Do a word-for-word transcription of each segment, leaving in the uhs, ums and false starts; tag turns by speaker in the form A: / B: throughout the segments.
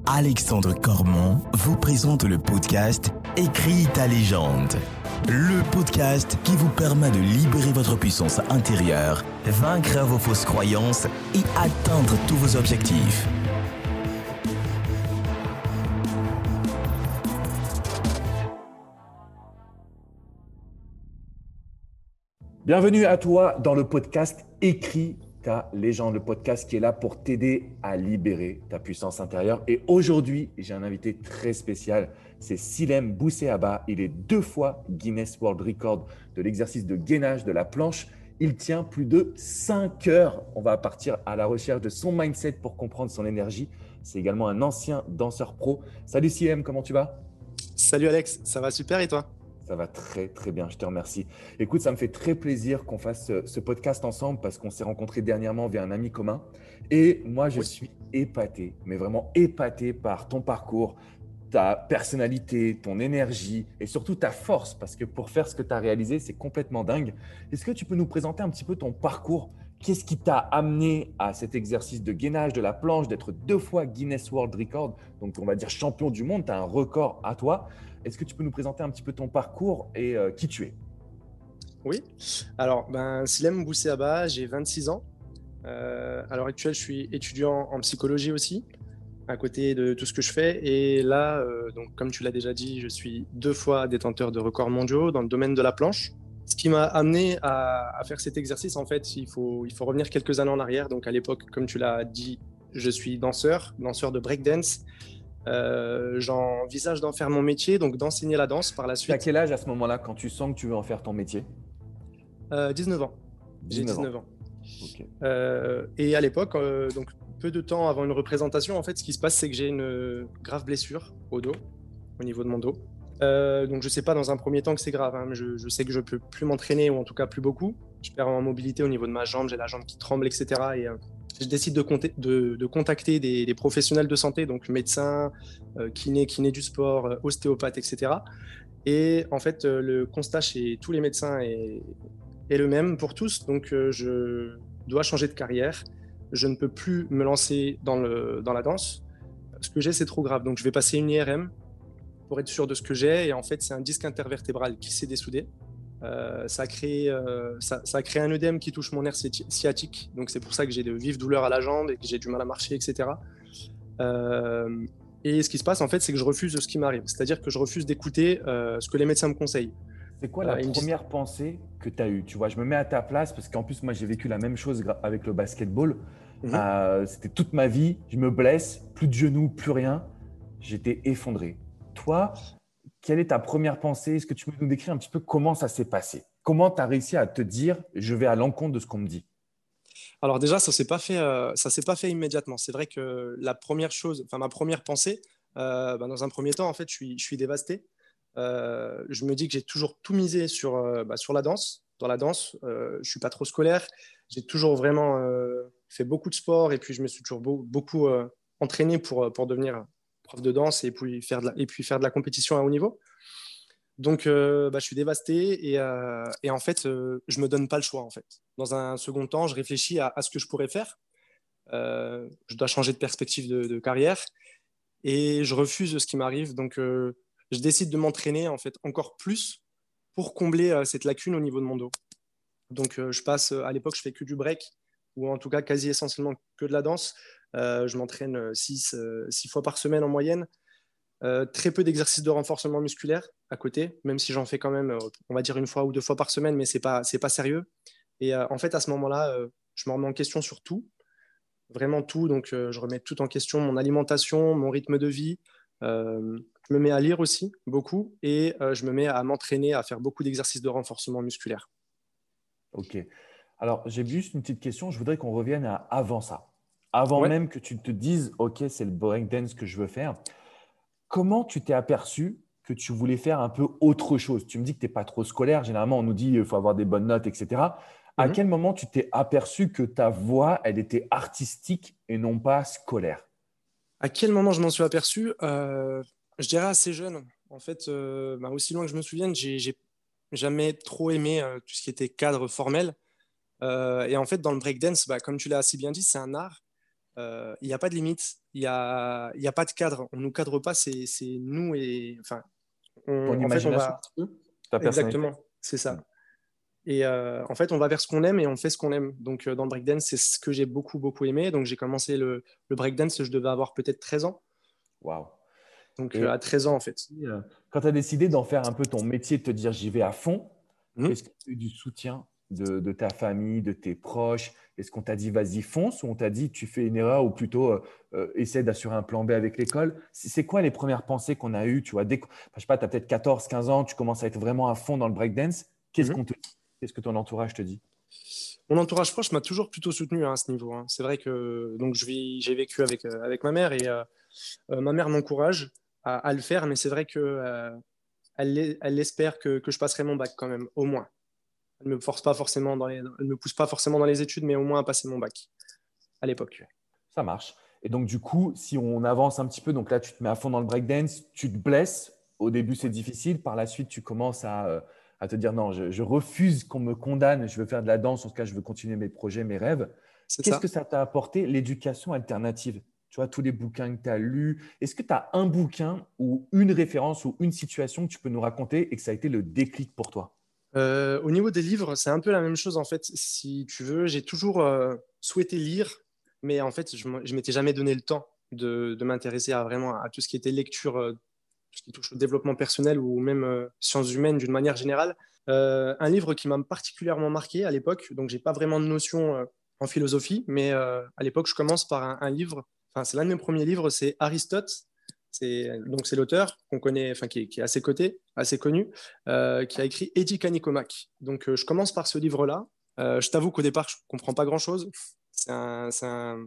A: Alexandre Cormon vous présente le podcast Écris ta légende. Le podcast qui vous permet de libérer votre puissance intérieure, vaincre vos fausses croyances et atteindre tous vos objectifs.
B: Bienvenue à toi dans le podcast Écris ta légende, le podcast qui est là pour t'aider à libérer ta puissance intérieure. Et aujourd'hui, j'ai un invité très spécial, c'est Silem Bousséaba. Il est deux fois Guinness World Record de l'exercice de gainage de la planche. Il tient plus de cinq heures. On va partir à la recherche de son mindset pour comprendre son énergie. C'est également un ancien danseur pro. Salut Silem, comment tu vas ?
C: Salut Alex, ça va super et toi ?
B: Ça va très, très bien. Je te remercie. Écoute, ça me fait très plaisir qu'on fasse ce, ce podcast ensemble parce qu'on s'est rencontrés dernièrement via un ami commun. Et moi, je
C: oui.
B: suis épaté, mais vraiment épaté par ton parcours, ta personnalité, ton énergie et surtout ta force. Parce que pour faire ce que tu as réalisé, c'est complètement dingue. Est-ce que tu peux nous présenter un petit peu ton parcours ? Qu'est-ce qui t'a amené à cet exercice de gainage de la planche, d'être deux fois Guinness World Record, donc on va dire champion du monde, tu as un record à toi. Est-ce que tu peux nous présenter un petit peu ton parcours et euh, qui tu es ?
C: Oui, alors ben, Silem Bousséaba, j'ai vingt-six ans. Euh, à l'heure actuelle, je suis étudiant en psychologie aussi, à côté de tout ce que je fais. Et là, euh, donc, comme tu l'as déjà dit, je suis deux fois détenteur de records mondiaux dans le domaine de la planche. Ce qui m'a amené à, à faire cet exercice, en fait, il faut, il faut revenir quelques années en arrière. Donc à l'époque, comme tu l'as dit, je suis danseur, danseur de breakdance. Euh, j'envisage d'en faire mon métier, donc d'enseigner la danse par la suite.
B: Tu as quel âge à ce moment-là quand tu sens que tu veux en faire ton métier ?
C: euh, dix-neuf ans. J'ai
B: dix-neuf
C: dix-neuf ans.
B: ans. Okay.
C: Euh, et à l'époque, euh, donc peu de temps avant une représentation, en fait, ce qui se passe, c'est que j'ai une grave blessure au dos, au niveau de mon dos. Euh, donc je sais pas dans un premier temps que c'est grave, hein, mais je, je sais que je peux plus m'entraîner, ou en tout cas plus beaucoup. Je perds en mobilité au niveau de ma jambe, j'ai la jambe qui tremble, et cetera. Et euh, je décide de, compter, de, de contacter des, des professionnels de santé, donc médecins, euh, kinés, kinés du sport, euh, ostéopathes, et cetera. Et en fait, euh, le constat chez tous les médecins est, est le même pour tous. Donc euh, je dois changer de carrière. Je ne peux plus me lancer dans, le, dans la danse. Ce que j'ai, c'est trop grave. Donc je vais passer une I R M pour être sûr de ce que j'ai. Et en fait, c'est un disque intervertébral qui s'est dessoudé. Euh, ça, a créé, euh, ça, ça a créé un œdème qui touche mon nerf sciatique. Donc, c'est pour ça que j'ai de vives douleurs à la jambe et que j'ai du mal à marcher, et cetera. Euh, et ce qui se passe, en fait, c'est que je refuse ce qui m'arrive. C'est-à-dire que je refuse d'écouter euh, ce que les médecins me conseillent.
B: C'est quoi la
C: euh,
B: première disent... pensée que tu as eue ? Tu vois, je me mets à ta place parce qu'en plus, moi, j'ai vécu la même chose avec le basketball. Mm-hmm. Euh, c'était toute ma vie. Je me blesse, plus de genoux, plus rien. J'étais effondré. Toi, quelle est ta première pensée ? Est-ce que tu peux nous décrire un petit peu comment ça s'est passé ? Comment tu as réussi à te dire « je vais à l'encontre de ce qu'on me dit » ?
C: Alors déjà, ça ne s'est pas fait, euh, ça s'est pas fait immédiatement. C'est vrai que la première chose, enfin ma première pensée, euh, bah, dans un premier temps, en fait, je suis, je suis dévasté. Euh, je me dis que j'ai toujours tout misé sur, euh, bah, sur la danse. Dans la danse, euh, je ne suis pas trop scolaire. J'ai toujours vraiment euh, fait beaucoup de sport et puis je me suis toujours beau, beaucoup euh, entraîné pour, pour devenir prof de danse et puis faire de la, et puis faire de la compétition à haut niveau. Donc, euh, bah, je suis dévasté et, euh, et en fait, euh, je ne me donne pas le choix. En fait. Dans un second temps, je réfléchis à, à ce que je pourrais faire. Euh, je dois changer de perspective de, de carrière et je refuse ce qui m'arrive. Donc, euh, je décide de m'entraîner en fait encore plus pour combler euh, cette lacune au niveau de mon dos. Donc, euh, je passe, à l'époque, je fais que du break ou en tout cas quasi essentiellement que de la danse. Euh, je m'entraîne six, euh, six fois par semaine en moyenne. Euh, très peu d'exercices de renforcement musculaire à côté, même si j'en fais quand même, euh, on va dire une fois ou deux fois par semaine, mais c'est pas, c'est pas sérieux. Et euh, en fait, à ce moment-là, euh, je me remets en question sur tout, vraiment tout. Donc, euh, je remets tout en question, mon alimentation, mon rythme de vie. Euh, je me mets à lire aussi beaucoup et euh, je me mets à m'entraîner, à faire beaucoup d'exercices de renforcement musculaire.
B: Ok. Alors, j'ai juste une petite question. Je voudrais qu'on revienne à avant ça. Avant ouais. même que tu te dises, ok, c'est le breakdance que je veux faire. Comment tu t'es aperçu que tu voulais faire un peu autre chose ? Tu me dis que tu n'es pas trop scolaire. Généralement, on nous dit qu'il faut avoir des bonnes notes, et cetera. Mm-hmm. À quel moment tu t'es aperçu que ta voix, elle était artistique et non pas scolaire ?
C: À quel moment je m'en suis aperçu ? euh, Je dirais assez jeune. En fait, euh, bah, aussi loin que je me souvienne, j'ai, j'ai jamais trop aimé euh, tout ce qui était cadre formel. Euh, et en fait, dans le breakdance, bah, comme tu l'as assez bien dit, c'est un art. euh, il n'y a pas de limite, il n'y a, il y a pas de cadre. On ne nous cadre pas, c'est, c'est nous et. Enfin,
B: Ton
C: on- en fait, on
B: imagination,
C: va.
B: un peu, ta personnalité.
C: Exactement, c'est ça. Et euh, en fait, on va vers ce qu'on aime et on fait ce qu'on aime. Donc, euh, dans le breakdance, c'est ce que j'ai beaucoup, beaucoup aimé. Donc, j'ai commencé le, le breakdance, je devais avoir peut-être treize ans.
B: Waouh.
C: Donc, euh,
B: Et
C: à treize ans, en fait.
B: euh, quand tu as décidé d'en faire un peu ton métier, de te dire j'y vais à fond,
C: Mhm.
B: est-ce que tu as eu du soutien de, de ta famille, de tes proches? Est-ce qu'on t'a dit vas-y, fonce ou on t'a dit tu fais une erreur ou plutôt euh, euh, essaie d'assurer un plan B avec l'école? C'est c'est quoi les premières pensées qu'on a eues? Tu vois, dès que, enfin, je sais pas, tu as peut-être quatorze, quinze ans, tu commences à être vraiment à fond dans le breakdance. Qu'est-ce
C: Mhm.
B: qu'on te dit? Qu'est-ce que ton entourage te dit?
C: Mon entourage proche m'a toujours plutôt soutenu hein, à ce niveau. hein. C'est vrai que donc, je vis, j'ai vécu avec, euh, avec ma mère et euh, euh, ma mère m'encourage à, à le faire, mais c'est vrai que euh, elle, elle espère que, que je passerai mon bac quand même, au moins. Elle me force pas forcément dans les, elle me pousse pas forcément dans les études, mais au moins à passer mon bac à l'époque.
B: Ça marche. Et donc, du coup, si on avance un petit peu, donc là, tu te mets à fond dans le breakdance, tu te blesses. Au début, c'est difficile. Par la suite, tu commences à, euh, à te dire non, je, je refuse qu'on me condamne. Je veux faire de la danse. En tout cas, je veux continuer mes projets, mes rêves.
C: C'est
B: Qu'est-ce
C: ça.
B: que ça t'a apporté, l'éducation alternative? Tu vois, tous les bouquins que tu as lus. Est-ce que tu as un bouquin ou une référence ou une situation que tu peux nous raconter et que ça a été le déclic pour toi?
C: Euh, au niveau des livres, c'est un peu la même chose en fait. Si tu veux, j'ai toujours euh, souhaité lire, mais en fait, je ne m'étais jamais donné le temps de, de m'intéresser à vraiment à tout ce qui était lecture, euh, tout ce qui touche au développement personnel ou même euh, sciences humaines d'une manière générale. Euh, un livre qui m'a particulièrement marqué à l'époque, donc j'ai pas vraiment de notion euh, en philosophie, mais euh, à l'époque, je commence par un, un livre. Enfin, c'est l'un de mes premiers livres, c'est Aristote. C'est donc c'est l'auteur qu'on connaît, enfin qui est, qui est assez coté, assez connu, euh, qui a écrit Éthique à Nicomaque. Donc euh, je commence par ce livre-là. Euh, je t'avoue qu'au départ, je comprends pas grand-chose. C'est un, c'est un-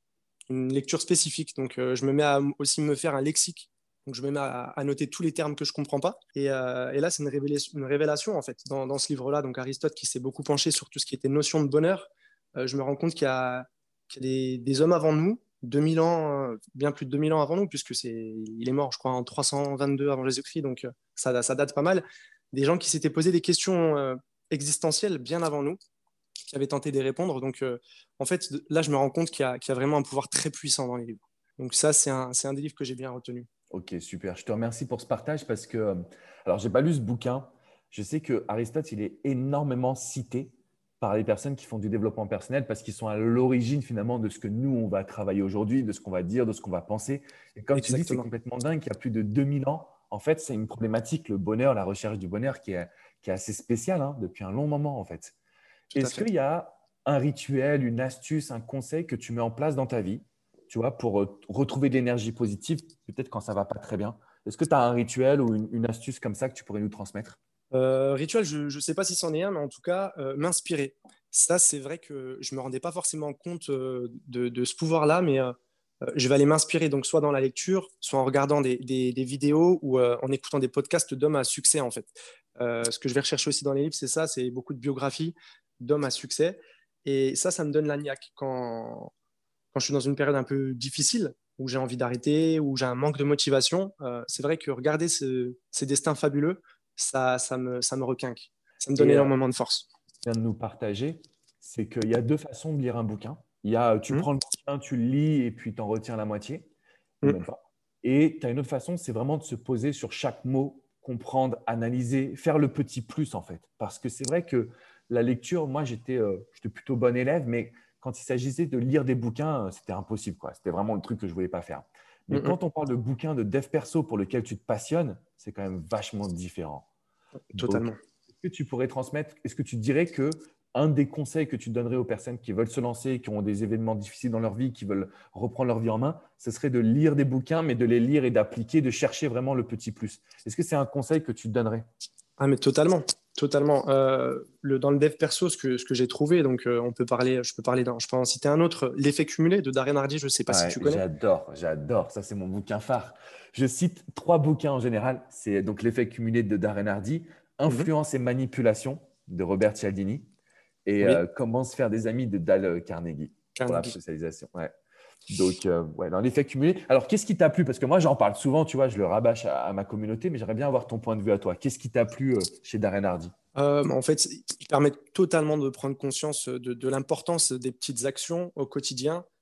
C: une lecture spécifique. Donc euh, je me mets à aussi me faire un lexique. Donc je me mets à, à noter tous les termes que je comprends pas. Et, euh, et là, c'est une révélation, une révélation en fait dans, dans ce livre-là. Donc Aristote qui s'est beaucoup penché sur tout ce qui était notion de bonheur. Euh, je me rends compte qu'il y a, qu'il y a des, des hommes avant nous deux mille ans, euh, bien plus de deux mille ans avant nous, puisque c'est, il est mort, je crois, en trois cent vingt-deux avant Jésus-Christ, donc euh, ça, ça date pas mal. Des gens qui s'étaient posé des questions euh, existentielles bien avant nous, qui avaient tenté d'y répondre. Donc, euh, en fait, là, je me rends compte qu'il y a, qu'il y a vraiment un pouvoir très puissant dans les livres. Donc, ça, c'est un, c'est un des livres que j'ai bien retenu.
B: Ok, super. Je te remercie pour ce partage parce que, euh, alors, j'ai pas lu ce bouquin. Je sais que Aristote, il est énormément cité par les personnes qui font du développement personnel parce qu'ils sont à l'origine finalement de ce que nous, on va travailler aujourd'hui, de ce qu'on va dire, de ce qu'on va penser. Et comme tu dis, c'est
C: Exactement.
B: complètement dingue qu'il y a plus de deux mille ans. En fait, c'est une problématique, le bonheur, la recherche du bonheur qui est, qui est assez spéciale hein, depuis un long moment en fait.
C: Tout à
B: Est-ce
C: fait.
B: qu'il y a un rituel, une astuce, un conseil que tu mets en place dans ta vie, tu vois, pour euh, retrouver de l'énergie positive, peut-être quand ça va pas très bien? Est-ce que tu as un rituel ou une, une astuce comme ça que tu pourrais nous transmettre?
C: Euh, rituel, je ne sais pas si c'en est un, mais en tout cas, euh, m'inspirer. Ça, c'est vrai que je ne me rendais pas forcément compte euh, de, de ce pouvoir-là, mais euh, euh, je vais aller m'inspirer, donc soit dans la lecture, soit en regardant des, des- des vidéos ou euh, en écoutant des podcasts d'hommes à succès, en fait. Euh, ce que je vais rechercher aussi dans les livres, c'est ça, c'est beaucoup de biographies d'hommes à succès. Et ça, ça me donne la niaque quand, quand je suis dans une période un peu difficile, où j'ai envie d'arrêter, où j'ai un manque de motivation. Euh, c'est vrai que regarder ce- ces destins fabuleux, ça, ça me, ça me requinque. Ça me donne
B: Et euh,
C: énormément de force.
B: vient de nous partager, c'est qu'il y a deux façons de lire un bouquin. Il y a, tu
C: Mmh,
B: prends le bouquin, tu le lis et puis tu en retiens la moitié, ou même
C: mmh,
B: pas. Et tu as une autre façon, c'est vraiment de se poser sur chaque mot, comprendre, analyser, faire le petit plus en fait. Parce que c'est vrai que la lecture, moi j'étais euh, j'étais plutôt bon élève, mais quand il s'agissait de lire des bouquins, euh, c'était impossible, quoi. C'était vraiment le truc que je ne voulais pas faire. Mais
C: mmh,
B: quand on parle de bouquins de dev perso pour lequel tu te passionnes, c'est quand même vachement différent. Donc,
C: totalement.
B: est-ce que tu pourrais transmettre, est-ce que tu dirais que un des conseils que tu donnerais aux personnes qui veulent se lancer, qui ont des événements difficiles dans leur vie, qui veulent reprendre leur vie en main, ce serait de lire des bouquins, mais de les lire et d'appliquer, de chercher vraiment le petit plus. Est-ce que c'est un conseil que tu donnerais?
C: Ah, mais totalement. Totalement. Euh, le, dans le dev perso, ce que, ce que j'ai trouvé, donc euh, on peut parler, je peux parler d'un, je peux en citer un autre, L'effet cumulé de Darren Hardy, je ne sais pas si
B: Ouais,
C: tu connais.
B: j'adore, j'adore. Ça, c'est mon bouquin phare. Je cite trois bouquins en général. C'est donc L'effet cumulé de Darren Hardy,
C: Mhm.
B: Influence et manipulation de Robert Cialdini et euh,
C: Oui,
B: Comment se faire des amis de Dale Carnegie pour la
C: Carnegie.
B: socialisation. Ouais. Donc, euh, ouais, dans l'effet cumulé. Alors, qu'est-ce qui t'a plu? Parce que moi, j'en parle souvent, tu vois, je le rabâche à, à ma communauté, mais j'aimerais bien avoir ton point de vue à toi. Qu'est-ce qui t'a plu euh, chez Darren Hardy?
C: Euh, en fait, il permet totalement de prendre conscience de, de l'importance des petites actions au quotidien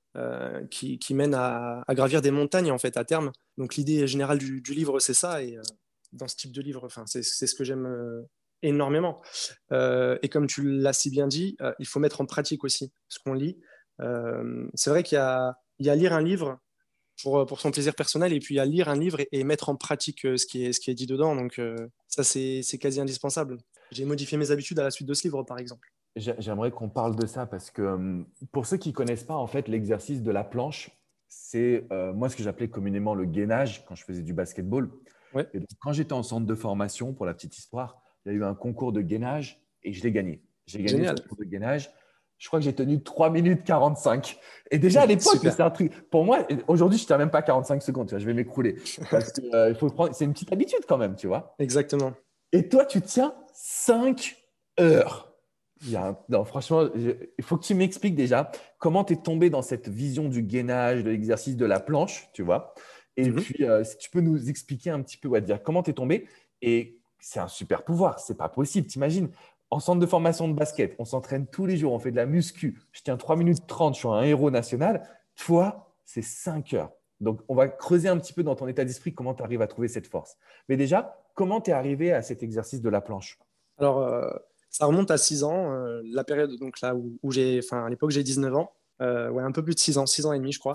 C: euh, qui, qui mène à, à gravir des montagnes en fait à terme. Donc l'idée générale du, du livre, c'est ça. Et euh, dans ce type de livre, enfin, c'est, c'est ce que j'aime euh, énormément. Euh, et comme tu l'as si bien dit, euh, il faut mettre en pratique aussi ce qu'on lit. Euh, c'est vrai qu'il y a, il y a lire un livre pour, pour son plaisir personnel et puis il y a lire un livre et, et mettre en pratique euh, ce qui est, ce qui est dit dedans. Donc euh, ça, c'est, c'est quasi indispensable. J'ai modifié mes habitudes à la suite de ce livre, par exemple.
B: J'aimerais qu'on parle de ça parce que euh, pour ceux qui ne connaissent pas, en fait, l'exercice de la planche, c'est euh, moi ce que j'appelais communément le gainage quand je faisais du basketball.
C: Ouais.
B: Et donc, quand j'étais en centre de formation, pour la petite histoire, il y a eu un concours de gainage et je l'ai gagné. J'ai gagné ce
C: Génial.
B: concours de gainage. Je crois que j'ai tenu trois minutes quarante-cinq. Et déjà à l'époque,
C: Super.
B: c'est un truc. Pour moi, aujourd'hui, je ne tiens même pas quarante-cinq secondes. Tu vois, je vais m'écrouler. Parce que euh, il faut prendre. C'est une petite habitude quand même, tu vois.
C: Exactement.
B: Et toi, tu tiens cinq heures. Il y a un- Non, franchement, je- il faut que tu m'expliques déjà comment tu es tombé dans cette vision du gainage, de l'exercice de la planche, tu vois. Et
C: Mhm.
B: puis, euh, si tu peux nous expliquer un petit peu, ouais, dire comment tu es tombé. Et c'est un super pouvoir, c'est pas possible. T'imagines, en centre de formation de basket, on s'entraîne tous les jours, on fait de la muscu. Je tiens trois minutes trente, je suis un héros national. Toi, c'est cinq heures. Donc, on va creuser un petit peu dans ton état d'esprit comment tu arrives à trouver cette force. Mais déjà, comment tu es arrivé à cet exercice de la planche?
C: Alors, euh, ça remonte à six ans, euh, la période donc là où, où j'ai, enfin à l'époque j'ai dix-neuf ans, euh, ouais un peu plus de six ans, six ans et demi je crois.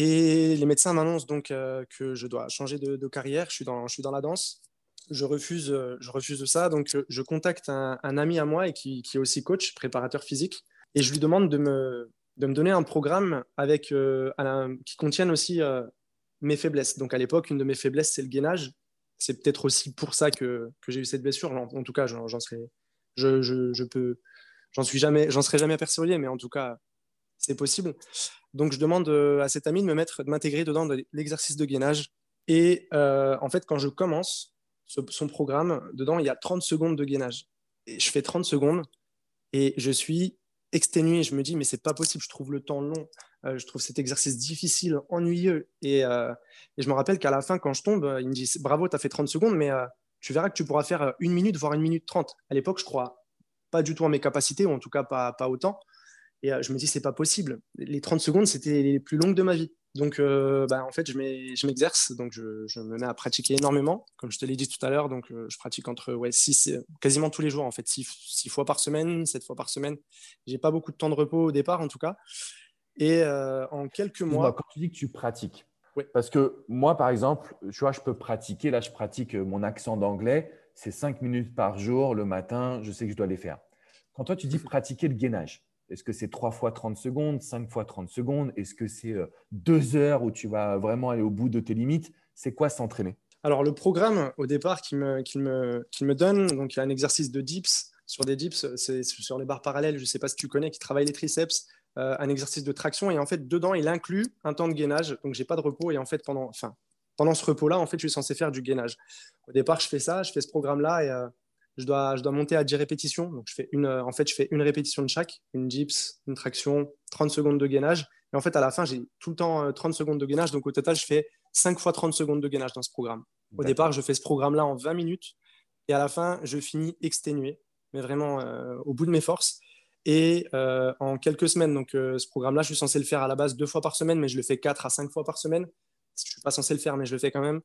C: Et les médecins m'annoncent donc euh, que je dois changer de, de carrière. Je suis dans, je suis dans la danse. Je refuse, euh, je refuse de ça. Donc euh, je contacte un, un ami à moi et qui, qui est aussi coach, préparateur physique, et je lui demande de me, de me donner un programme avec euh, un- qui contienne aussi euh, mes faiblesses. Donc à l'époque, une de mes faiblesses c'est le gainage. C'est peut-être aussi pour ça que, que j'ai eu cette blessure. En, en tout cas, j'en, j'en serais, je, je, je peux, j'en suis jamais, j'en serai jamais persuadé, mais en tout cas, c'est possible. Donc, je demande euh, à cet ami de me mettre, de m'intégrer dedans de l'exercice de gainage. Et euh, en fait, quand je commence ce- son programme, dedans, il y a trente secondes de gainage. Et je fais trente secondes et je suis exténué. Je me dis, mais c'est pas possible, je trouve le temps long. Euh, je trouve cet exercice difficile, ennuyeux. Et, euh, et je me rappelle qu'à la fin, quand je tombe, euh, il me dit, bravo, tu as fait trente secondes, mais euh, tu verras que tu pourras faire euh, une minute, voire une minute trente. À l'époque, je crois pas du tout en mes capacités, ou en tout cas pas, pas autant. Et euh, je me dis, c'est pas possible. Les trente secondes, c'était les plus longues de ma vie. Donc, euh, bah, en fait, je m'ai- je m'exerce. Donc, je, je me mets à pratiquer énormément. Comme je te l'ai dit tout à l'heure, donc euh, je pratique entre ouais, six, euh, quasiment tous les jours, en fait, six, six fois par semaine, sept fois par semaine. J'ai pas beaucoup de temps de repos au départ, en tout cas. Et euh, en quelques
B: Excuse-moi,
C: mois,
B: quand tu dis que tu pratiques,
C: ouais,
B: parce que moi, par exemple, tu vois, je peux pratiquer, là, je pratique euh, mon accent d'anglais, c'est cinq minutes par jour le matin, je sais que je dois les faire. Quand toi, tu dis pratiquer le gainage, est-ce que c'est trois fois trente secondes, cinq fois trente secondes? Est-ce que c'est euh, deux heures où tu vas vraiment aller au bout de tes limites? C'est quoi s'entraîner?
C: alors, le programme, au départ, qu'il me, qu'il me, qu'il me donne, donc il y a un exercice de dips. Sur des dips, c'est sur les barres parallèles, je ne sais pas si tu connais, qui travaille les triceps, euh, un exercice de traction. Et en fait, dedans, il inclut un temps de gainage. Donc, j'ai pas de repos. Et en fait, pendant, enfin, pendant ce repos-là, en fait, je suis censé faire du gainage. Au départ, je fais ça, je fais ce programme-là et euh, je, dois, je dois monter à dix répétitions. Donc, je fais une, euh, en fait, je fais une répétition de chaque, une dips, une traction, trente secondes de gainage. Et en fait, à la fin, j'ai tout le temps euh, trente secondes de gainage. Donc, au total, je fais cinq fois trente secondes de gainage dans ce programme. Au départ,
B: D'accord.
C: je fais ce programme-là en vingt minutes et à la fin, je finis exténué, mais vraiment euh, au bout de mes forces. Et euh, en quelques semaines, donc euh, ce programme-là, je suis censé le faire à la base deux fois par semaine, mais je le fais quatre à cinq fois par semaine. Je ne suis pas censé le faire, mais je le fais quand même.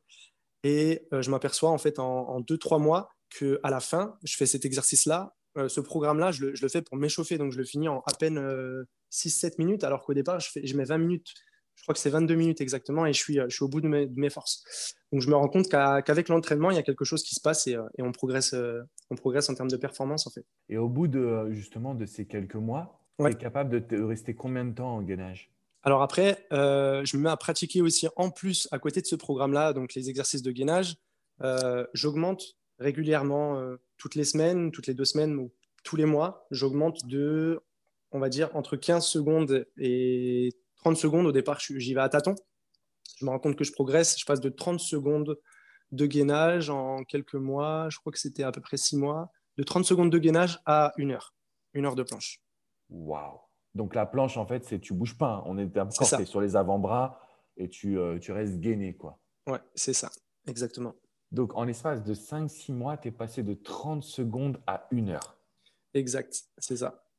C: Et euh, je m'aperçois en fait en, en deux, trois mois qu'à la fin, je fais cet exercice-là. Euh, ce programme-là, je le, je le, fais pour m'échauffer, donc je le finis en à peine euh, six sept minutes, alors qu'au départ, je, fais, je mets vingt minutes. Je crois que c'est vingt-deux minutes exactement, et je suis, je suis au bout de mes, de mes forces. Donc je me rends compte qu'à, qu'avec l'entraînement, il y a quelque chose qui se passe et, euh, et on, progresse, euh, on progresse en termes de performance en fait.
B: Et au bout de euh, justement de ces quelques mois, tu
C: Ouais.
B: es capable de te- rester combien de temps en gainage?
C: Alors après, euh, je me mets à pratiquer aussi en plus à côté de ce programme-là, donc les exercices de gainage. Euh, j'augmente régulièrement euh, toutes les semaines, toutes les deux semaines ou tous les mois. J'augmente de, on va dire, entre quinze secondes et trente secondes. Au départ, j'y vais à tâtons. Je me rends compte que je progresse. Je passe de trente secondes de gainage en quelques mois. Je crois que c'était à peu près six mois. De trente secondes de gainage à une heure. Une heure de planche.
B: Waouh! Donc la planche, en fait, c'est tu bouges pas, hein. On est
C: C'est
B: d'accord, tu es
C: ça.
B: sur les avant-bras et tu, euh, tu restes gainé, quoi.
C: Ouais, c'est ça. Exactement.
B: Donc en l'espace de cinq six mois, tu es passé de trente secondes à une heure.
C: Exact. C'est ça.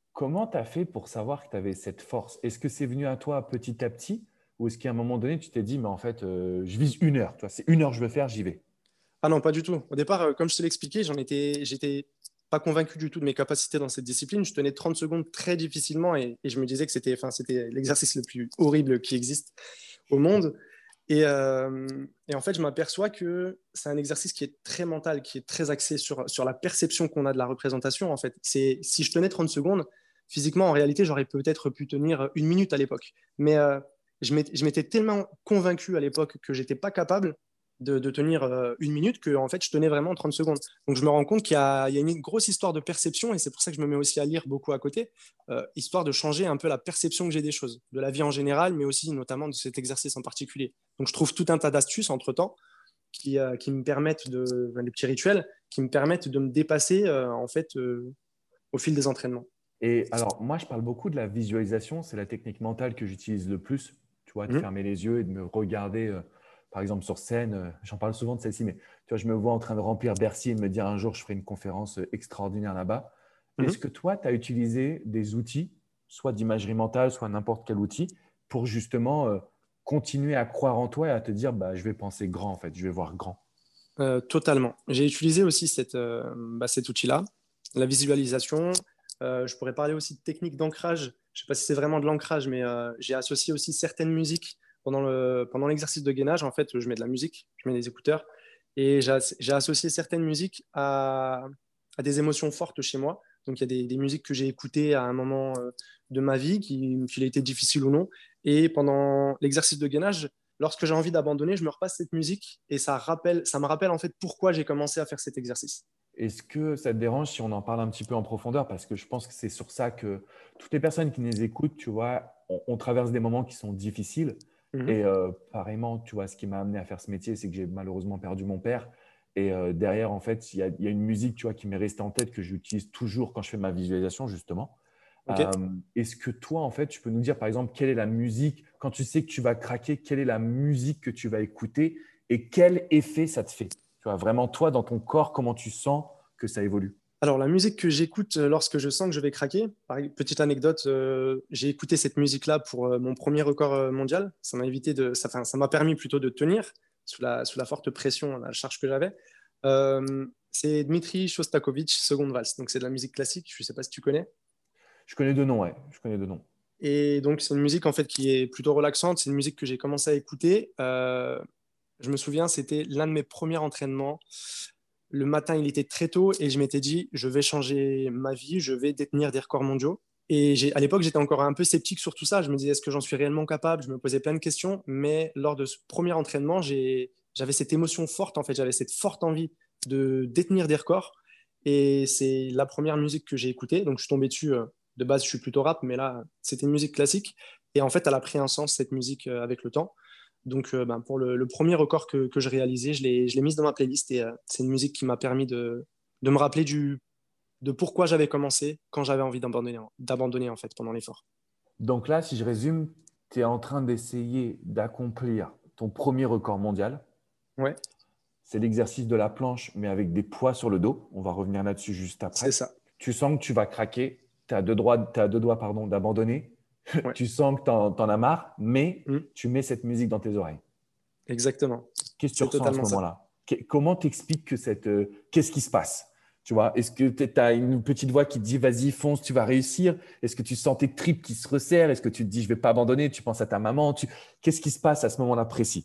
B: Comment tu as fait pour savoir que tu avais cette force? Est-ce que c'est venu à toi petit à petit ou est-ce qu'à un moment donné, tu t'es dit, mais en fait, euh, je vise une heure, tu vois, c'est une heure que je veux faire, j'y vais.
C: Ah non, pas du tout. Au départ, euh, comme je te l'ai expliqué, j'en étais, j'étais pas convaincu du tout de mes capacités dans cette discipline. Je tenais trente secondes très difficilement et, et je me disais que c'était, enfin, c'était l'exercice le plus horrible qui existe au monde. Et, euh, et en fait, je m'aperçois que c'est un exercice qui est très mental, qui est très axé sur, sur la perception qu'on a de la représentation. En fait, c'est, si je tenais trente secondes, physiquement, en réalité, j'aurais peut-être pu tenir une minute à l'époque. Mais euh, je m'étais je m'étais tellement convaincu à l'époque que j'étais pas capable de, de tenir euh, une minute que en fait, je tenais vraiment trente secondes. Donc, je me rends compte qu'il y a, il y a une grosse histoire de perception et c'est pour ça que je me mets aussi à lire beaucoup à côté, euh, histoire de changer un peu la perception que j'ai des choses, de la vie en général, mais aussi notamment de cet exercice en particulier. Donc, je trouve tout un tas d'astuces entre-temps qui, euh, qui me permettent de, enfin, des petits rituels qui me permettent de me dépasser euh, en fait euh, au fil des entraînements.
B: Et alors, moi, je parle beaucoup de la visualisation. C'est la technique mentale que j'utilise le plus, tu vois, de
C: Mmh.
B: fermer les yeux et de me regarder, euh, par exemple, sur scène. euh, J'en parle souvent de celle-ci, mais tu vois, je me vois en train de remplir Bercy et de me dire un jour, je ferai une conférence euh, extraordinaire là-bas.
C: Mmh.
B: Est-ce que toi, tu as utilisé des outils, soit d'imagerie mentale, soit n'importe quel outil, pour justement euh, continuer à croire en toi et à te dire, bah, je vais penser grand, en fait, je vais voir grand.
C: Euh, totalement. J'ai utilisé aussi cette, euh, bah, cet outil-là, la visualisation. Euh, je pourrais parler aussi de technique d'ancrage. Je ne sais pas si c'est vraiment de l'ancrage, mais euh, j'ai associé aussi certaines musiques pendant le, pendant l'exercice de gainage. En fait, je mets de la musique, je mets des écouteurs et j'ai, j'ai associé certaines musiques à, à des émotions fortes chez moi. Donc, il y a des, des musiques que j'ai écoutées à un moment euh, de ma vie, qui, qu'il a été difficile ou non. Et pendant l'exercice de gainage, lorsque j'ai envie d'abandonner, je me repasse cette musique et ça, rappelle, ça me rappelle en fait pourquoi j'ai commencé à faire cet exercice.
B: Est-ce que ça te dérange si on en parle un petit peu en profondeur? Parce que je pense que c'est sur ça que toutes les personnes qui nous écoutent, tu vois, on, on traverse des moments qui sont difficiles.
C: Mhm.
B: Et euh, pareillement, tu vois, ce qui m'a amené à faire ce métier, c'est que j'ai malheureusement perdu mon père. Et euh, derrière, en fait, il y a, il y a une musique, tu vois, qui m'est restée en tête que j'utilise toujours quand je fais ma visualisation, justement.
C: Ok.
B: Euh, Est-ce que toi, en fait, tu peux nous dire, par exemple, quelle est la musique, quand tu sais que tu vas craquer, quelle est la musique que tu vas écouter et quel effet ça te fait? Tu vois, vraiment, toi, dans ton corps, comment tu sens que ça évolue?
C: Alors la musique que j'écoute euh, lorsque je sens que je vais craquer, pareil, petite anecdote, euh, j'ai écouté cette musique-là pour euh, mon premier record euh, mondial. Ça m'a évité de, ça, enfin, ça m'a permis plutôt de tenir sous la, sous la forte pression, la charge que j'avais. Euh, c'est Dmitri Shostakovich, Seconde Valse. Donc c'est de la musique classique. Je ne sais pas si tu connais.
B: Je connais deux noms, ouais. Je connais deux noms.
C: Et donc, c'est une musique en fait qui est plutôt relaxante. C'est une musique que j'ai commencé à écouter. Euh, je me souviens, c'était l'un de mes premiers entraînements. Le matin, il était très tôt et je m'étais dit, je vais changer ma vie, je vais détenir des records mondiaux. Et j'ai, à l'époque, j'étais encore un peu sceptique sur tout ça. Je me disais, est-ce que j'en suis réellement capable? Je me posais plein de questions. Mais lors de ce premier entraînement, j'ai, j'avais cette émotion forte, en fait. J'avais cette forte envie de détenir des records. Et c'est la première musique que j'ai écoutée. Donc, je suis tombé dessus. euh, De base, je suis plutôt rap, mais là, c'était une musique classique. Et en fait, elle a pris un sens, cette musique, euh, avec le temps. Donc, euh, ben, pour le, le premier record que, que je réalisais, je l'ai, je l'ai mise dans ma playlist et euh, c'est une musique qui m'a permis de, de me rappeler du, de pourquoi j'avais commencé quand j'avais envie d'abandonner, d'abandonner en fait pendant l'effort.
B: Donc là, si je résume, tu es en train d'essayer d'accomplir ton premier record mondial.
C: Ouais,
B: C'est l'exercice de la planche, mais avec des poids sur le dos. On va revenir là-dessus juste
C: c'est
B: après.
C: ça.
B: Tu sens que tu vas craquer. Tu as deux doigts, t'as deux doigts pardon, d'abandonner.
C: Ouais.
B: Tu sens que tu en, en as marre, mais
C: Mm,
B: tu mets cette musique dans tes oreilles.
C: exactement.
B: Qu'est-ce que tu
C: C'est
B: ressens à ce
C: totalement ça.
B: moment-là? Qu- Comment t'expliques que cette… euh, qu'est-ce qui se passe? Tu vois, est-ce que tu as une petite voix qui te dit vas-y, fonce, tu vas réussir? Est-ce que tu sens tes tripes qui se resserrent? Est-ce que tu te dis je vais pas abandonner? Tu penses à ta maman? Tu… Qu'est-ce qui se passe à ce moment-là précis?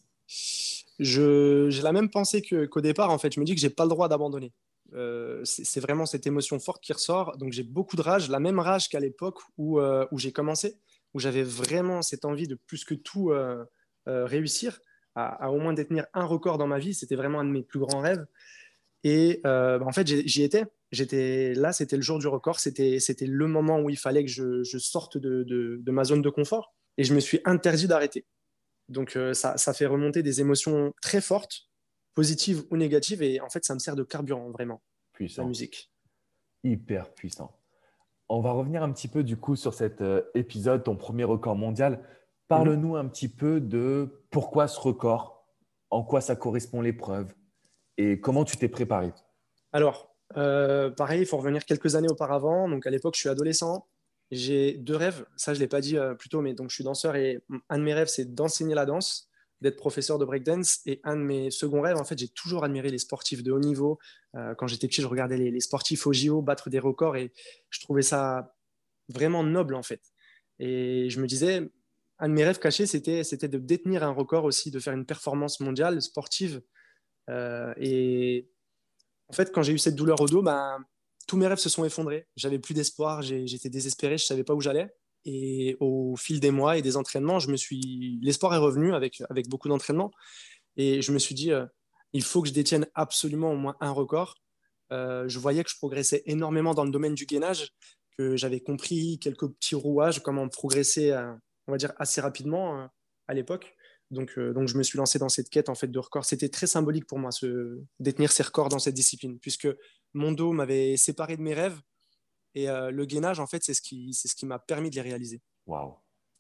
C: Je, j'ai la même pensée que, qu'au départ, en fait. Je me dis que j'ai pas le droit d'abandonner. Euh, c'est, c'est vraiment cette émotion forte qui ressort. Donc j'ai beaucoup de rage, la même rage qu'à l'époque où, euh, où j'ai commencé, où j'avais vraiment cette envie de plus que tout euh, euh, réussir, à, à au moins détenir un record dans ma vie. C'était vraiment un de mes plus grands rêves. Et euh, bah, en fait, j'ai- j'y étais. J'étais là, c'était le jour du record. C'était, c'était le moment où il fallait que je, je sorte de, de, de ma zone de confort. Et je me suis interdit d'arrêter. Donc euh, ça, ça fait remonter des émotions très fortes, positives ou négatives. Et en fait, ça me sert de carburant, vraiment, la
B: Puissant,
C: musique.
B: hyper puissant. On va revenir un petit peu du coup sur cet euh, épisode, ton premier record mondial.
C: Mhm.
B: Parle-nous un petit peu de pourquoi ce record, en quoi ça correspond l'épreuve et comment tu t'es préparé.
C: Alors, euh, pareil, il faut revenir quelques années auparavant. Donc à l'époque, je suis adolescent. j'ai deux rêves. Ça, je ne l'ai pas dit euh, plus tôt, mais donc je suis danseur et un de mes rêves, c'est d'enseigner la danse, d'être professeur de breakdance. Et un de mes seconds rêves, en fait, j'ai toujours admiré les sportifs de haut niveau. Euh, quand j'étais petit, je regardais les, les sportifs au J O battre des records et je trouvais ça vraiment noble, en fait. Et je me disais, un de mes rêves cachés, c'était, c'était de détenir un record aussi, de faire une performance mondiale sportive. Euh, et en fait, quand j'ai eu cette douleur au dos, ben, tous mes rêves se sont effondrés. J'avais plus d'espoir, j'ai, j'étais désespéré, je savais pas où j'allais. Et au fil des mois et des entraînements, je me suis, l'espoir est revenu avec avec beaucoup d'entraînement. Et je me suis dit, euh, il faut que je détienne absolument au moins un record. Euh, je voyais que je progressais énormément dans le domaine du gainage, que j'avais compris quelques petits rouages, comment progresser, euh, on va dire, assez rapidement euh, à l'époque. Donc, euh, donc, je me suis lancé dans cette quête en fait, de records. C'était très symbolique pour moi, ce, détenir ces records dans cette discipline, puisque mon dos m'avait séparé de mes rêves. Et euh, le gainage, en fait, c'est ce qui, c'est ce qui m'a permis de les réaliser.
B: Waouh.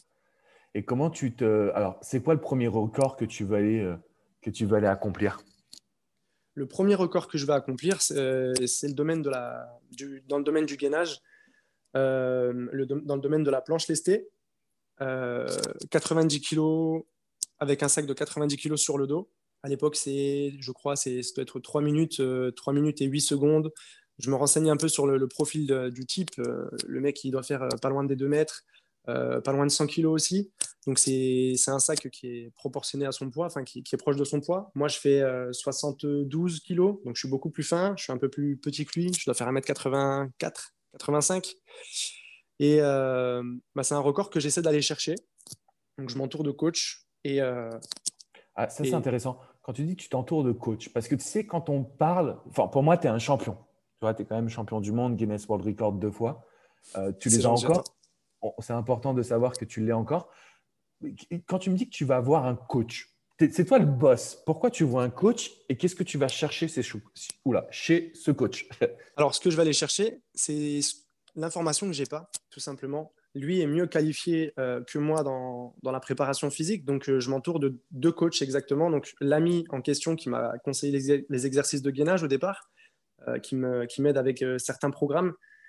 B: Et comment tu te… Alors, c'est quoi le premier record que tu veux aller, euh, que tu veux aller accomplir?
C: Le premier record que je vais accomplir, c'est, euh, c'est le domaine de la, du, dans le domaine du gainage, euh, le, dans le domaine de la planche lestée. Euh, quatre-vingt-dix kilos avec un sac de quatre-vingt-dix kilos sur le dos. À l'époque, c'est, je crois, c'est, ça doit être trois minutes, euh, trois minutes et huit secondes. Je me renseigne un peu sur le, le profil de, du type. Euh, le mec, il doit faire euh, pas loin des deux mètres, euh, pas loin de cent kilos aussi. Donc, c'est, c'est un sac qui est proportionné à son poids, enfin, qui, qui est proche de son poids. Moi, je fais euh, soixante-douze kilos, donc je suis beaucoup plus fin. Je suis un peu plus petit que lui. Je dois faire un mètre quatre-vingt-quatre, quatre-vingt-cinq. Et euh, bah, c'est un record que j'essaie d'aller chercher. Donc, je m'entoure de coachs. Et, euh,
B: Ah, ça, c'est
C: et
B: intéressant. Quand tu dis que tu t'entoures de coach, parce que tu sais, quand on parle… Enfin, pour moi, tu es un champion. Tu vois, tu es quand même champion du monde, Guinness World Record deux fois. Euh, tu
C: c'est
B: les as
C: gentil à toi.
B: encore. Bon, c'est important de savoir que tu l'es encore. Quand tu me dis que tu vas avoir un coach, t'es- c'est toi le boss. Pourquoi tu vois un coach et qu'est-ce que tu vas chercher chez, chou- oula, chez ce coach?
C: Alors, ce que je vais aller chercher, c'est l'information que je n'ai pas, tout simplement. Lui est mieux qualifié euh, que moi dans, dans la préparation physique. Donc, euh, je m'entoure de deux coachs exactement. Donc, l'ami en question qui m'a conseillé les, les exercices de gainage au départ, euh, qui me, qui m'aide avec euh, certains programmes.